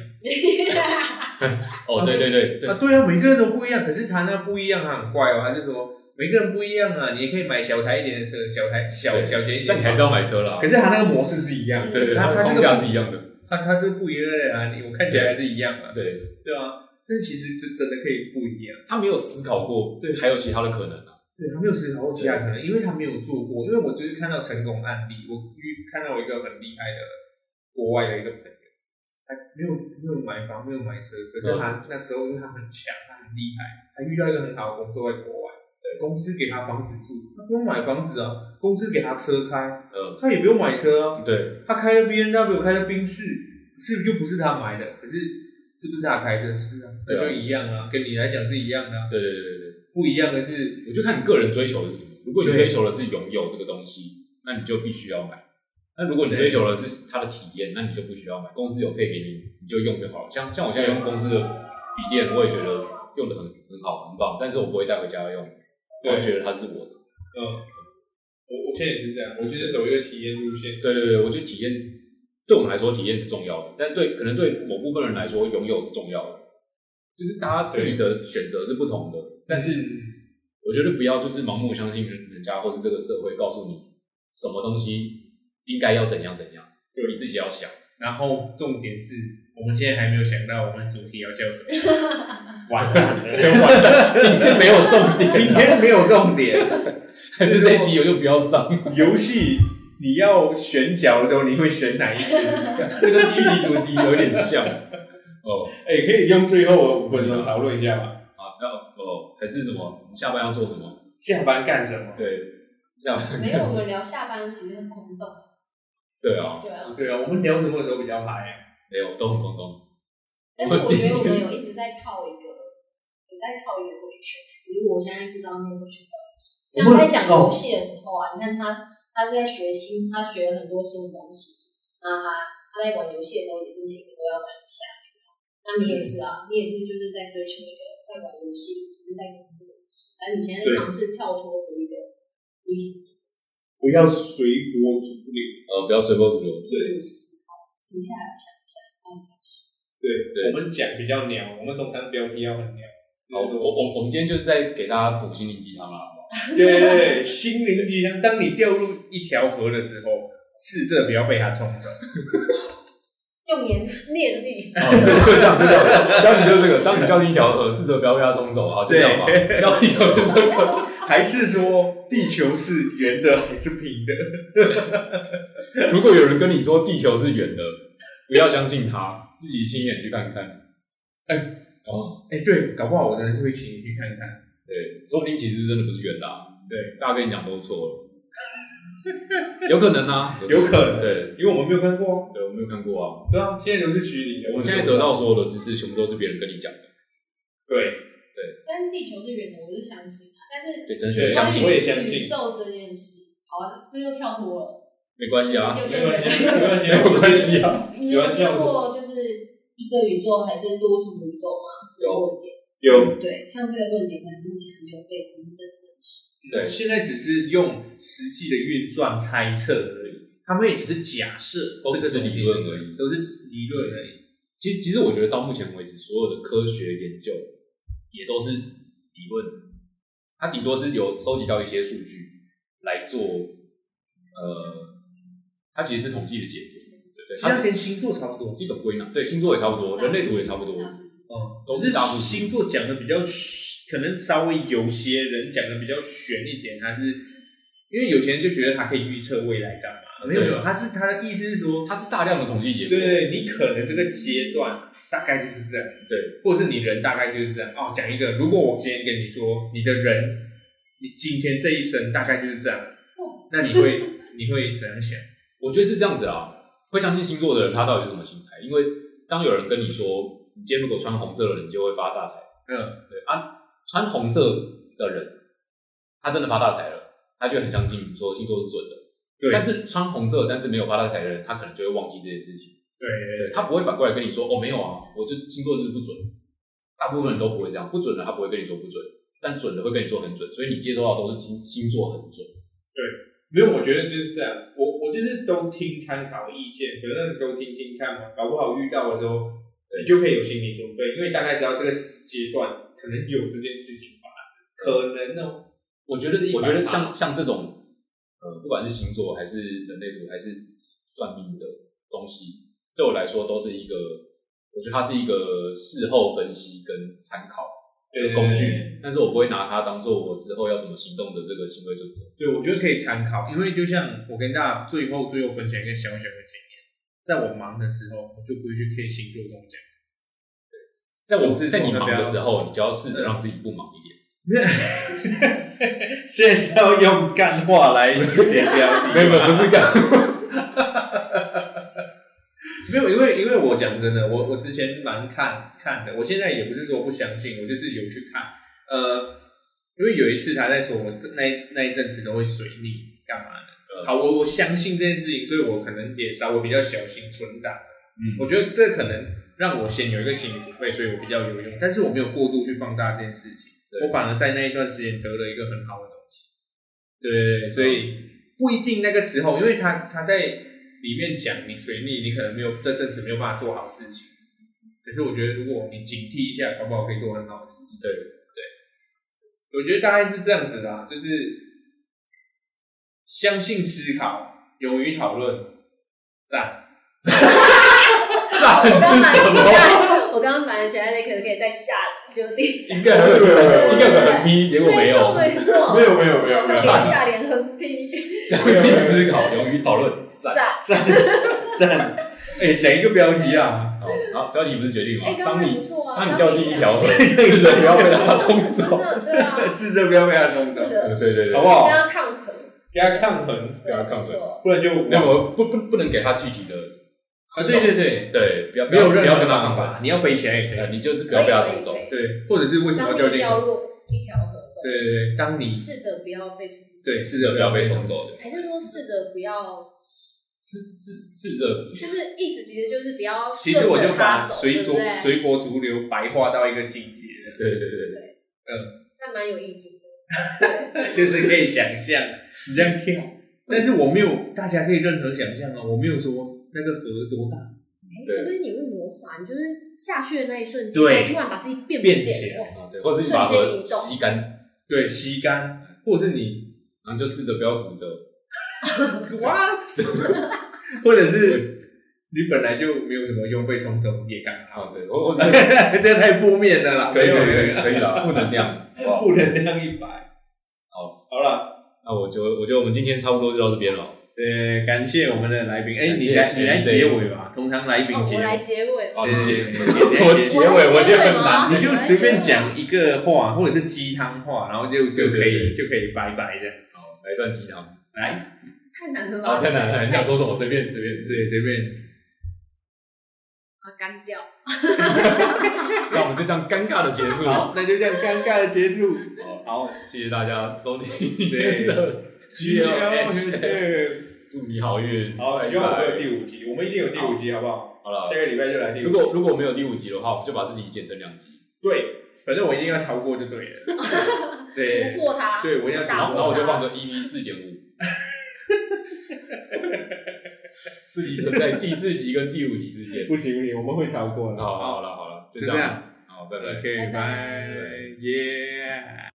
对， 对啊，每个人都不一样，可是他那不一样，他很怪哦，他就说每个人不一样啊，你也可以买小台一点的车，小节一点， 但你还是要买车啦。 可是他那个模式是一样的， 对，他框架是一样的， 他这不一样的啊，我看起来还是一样啊， 对啊，但是其实真的可以不一样， 他没有思考过，对，还有其他的可能啊。 对，他没有思考过其他可能，因为他没有做过。因为我就是看到成功案例，我看到一个很厉害的国外的一个朋友，他没有买房，没有买车，可是他那时候因为他很强，他很厉害，他遇到一个很好的工作在国外，公司给他房子住，他不用买房子啊，公司给他车开，他也不用买车啊， 对， 他开了 BMW， 开了宾士，又不是他买的，可是是不是他开的？是啊，那就一样啊，跟你来讲是一样的啊， 对。 不一样的是， 我就看你个人追求的是什么。如果你追求的是拥有这个东西，那你就必须要买。那如果你追求的是它的体验，那你就不需要买。公司有配给你，你就用就好了。像我现在用公司的笔电，我也觉得用的很好，很棒。但是我不会带回家用，我觉得它是我的。 我现在也是这样，我觉得走一个体验路线。 对，我觉得体验对我们来说体验是重要的，但可能对某部分人来说，拥有是重要的。就是大家自己的选择是不同的，但是我觉得不要就是盲目相信人家或是这个社会告诉你什么东西应该要怎样，就你自己要想。 然后重点是我们现在还没有想到我们主题要叫什么，完蛋了， 今天没有重点， 今天没有重点， 还是这一集我就不要上游戏。你要选角的时候，你会选哪一支？ 这跟第一题主题有点像。 可以用最后5分钟讨论一下吗？ 还是什么？你下班要做什么？ 下班干什么？ 对，下班没有，我们聊下班其实很空洞。 对啊， 我们聊什么的时候比较嗨？ 没有，都很空洞。 但是我觉得我们有一直在靠一个回圈，只是我现在不知道那个回圈到底是。像在讲游戏的时候啊，你看他是在学他学了很多新的东西，他在玩游戏的时候也是每个都要玩一下。那你也是啊，你也是就是在追求一个在玩游戏，就是在工作的事，但你现在尝试跳脱着一个一起， 不要随波逐流， 不要随波逐流， 自主思考，停下来想一下到底是。 对，我们讲比较鸟，我们通常标题要很鸟。 好，我们今天就是在给大家补心灵鸡汤啦，好不好？ 对，心灵鸡汤。当你掉入一条河的时候，试着不要被它冲走。 用念力， 就这样，标题就是这个。当你掉进一条河，试着不要被它冲走，好，就这样吧。标题就是这个， 还是说地球是圆的还是平的？ 如果有人跟你说地球是圆的，不要相信他，自己亲眼去看看。 对，搞不好我真的是会请你去看看。 对，说不定其实真的不是圆的。 对， 大家跟你讲都错了。有可能啊， 有可能， 对， 因为我们没有看过， 对，我没有看过啊， 对啊，现在都是虚拟的， 我们现在得到所有的知识，全部都是别人跟你讲的， 对， 但是地球是圆的，我是相信啊，但是对，哲学相信， 我也相信宇宙这件事，好啊，这就跳脱了， 没关系啊， 没有关系啊， 你有听过就是一个宇宙还是多重宇宙吗？这个论点有， 对，像这个论点可能目前没有被真正证实。 对，现在只是用实际的运算猜测而已，他们也只是假设， 都只是理论而已， 都是理论而已。 其实我觉得到目前为止，所有的科学研究也都是理论，它顶多是有收集到一些数据来做，它其实是统计的结果，对， 它跟星座差不多， 是一种归纳，对，星座也差不多，人类图也差不多， 都是大部分星座讲的比较，可能稍微有些人讲的比较玄一点，还是因为有钱人就觉得他可以预测未来干嘛，没有，他的意思是说， 他是大量的统计结果， 对，你可能这个阶段大概就是这样， 对， 或者是你人大概就是这样。哦，讲一个，如果我今天跟你说，你的人，你今天这一生大概就是这样，那你会怎样想？ 我觉得是这样子啦，会相信星座的人他到底是什么心态？因为当有人跟你说，你今天如果穿红色的人，你就会发大财，对啊，穿红色的人，他真的发大财了。他就很相信说星座是准的，对。但是穿红色但是没有发大财的人，他可能就会忘记这件事情。对，他不会反过来跟你说哦没有啊，我就星座就是不准。大部分人都不会这样，不准的他不会跟你说不准，但准的会跟你说很准，所以你接收到都是星座很准。 对，没有，我觉得就是这样。我就是都听参考意见，反正都听听看嘛，搞不好遇到的时候你就可以有心理准备，因为大概知道这个阶段可能有这件事情发生，可能哦。 我觉得像这种不管是星座还是人类图还是算命的东西，对我来说都是一个，我觉得它是一个事后分析跟参考的工具，但是我不会拿它当做我之后要怎么行动的这个行为准则。 对，我觉得可以参考，因为就像我跟大家最后分享一个小小的经验，在我忙的时候，我就不会去 K 星座这种讲。 对，在你忙的时候，你就要试着让自己不忙一点。 现在是要用干话来写标题， 没有，不是干话。 没有，因为我讲真的，我之前蛮看的，我现在也不是说不相信，我就是有去看。因为有一次他在说我那一阵子都会水逆干嘛的。好，我相信这件事情，所以我可能也稍微比较小心存档。我觉得这可能让我先有一个心理准备，所以我比较有用，但是我没有过度去放大这件事情。我反而在那一段时间得了一个很好的东西，对，所以不一定那个时候，因为他在里面讲你水逆，你可能这阵子没有办法做好事情，可是我觉得如果你警惕一下，搞不好可以做很好的事情。对，我觉得大概是这样子啦，就是相信思考，勇于讨论，赞。 我刚刚本来觉得那可能可以再下就第三， 应该还有第三个，应该有个横批，结果没有， 没有， 再点下联横批， 相信思考，勇于讨论，赞。 想一个标题啊， 好，标题不是决定吗？ 当你掉进一条河，试着不要被它冲走， 对啊， 试着不要被它冲走， 对， 好不好？ 跟他抗衡， 不然就不能给他具体的。对，不要跟他抗衡， 你要飞起来也可以， 你就是不要被他冲走， 对，或者是为什么要掉入一条河？ 对，当你试着不要被冲走， 对，试着不要被冲走的， 还是说试着不要试着， 就是意思其实就是不要， 其实我就把随波逐流白化到一个境界， 对， 那蛮有意境的， 就是可以想象你这样跳，但是我没有，大家可以任何想象啊，我没有说。那个河多大？ 是不是你会魔法？你就是下去的那一瞬间，突然把自己变起来， 对，或者是你把河吸干， 对，吸干，或者是你， 然后就试着不要骨折， 哇，或者是你本来就没有什么用，被冲走也刚好， 对， 这太负面了啦， 可以啦，负能量 100，好了， 那我觉得我们今天差不多就到这边了。 对，感谢我们的来宾。你来结尾吧，通常来宾结尾。 我来结尾。 怎么结尾？我觉得很难。 你就随便讲一个话，或者是鸡汤话，然后就可以拜拜这样。 好，来一段鸡汤。 来，太难了吧？ 太难了，你想说什么？随便。 对，随便。 干掉。 那我们就这样尴尬的结束。 好，那就这样尴尬的结束。 好，谢谢大家收听今天的。祝你好运！ 好，希望会有第5集，我们一定有第5集，好不好？ 好了， 下个礼拜就来第5集。 如果没有第5集的话，我们就把自己剪成2集。 对，反正我一定要超过就对了。对， 突破它。 对，我一定要然后我就放着 EP 4.5，自己存在第4集跟第5集之间。 不行，我们会超过的。 好了， 就这样。 好，拜拜。 OK，拜，耶。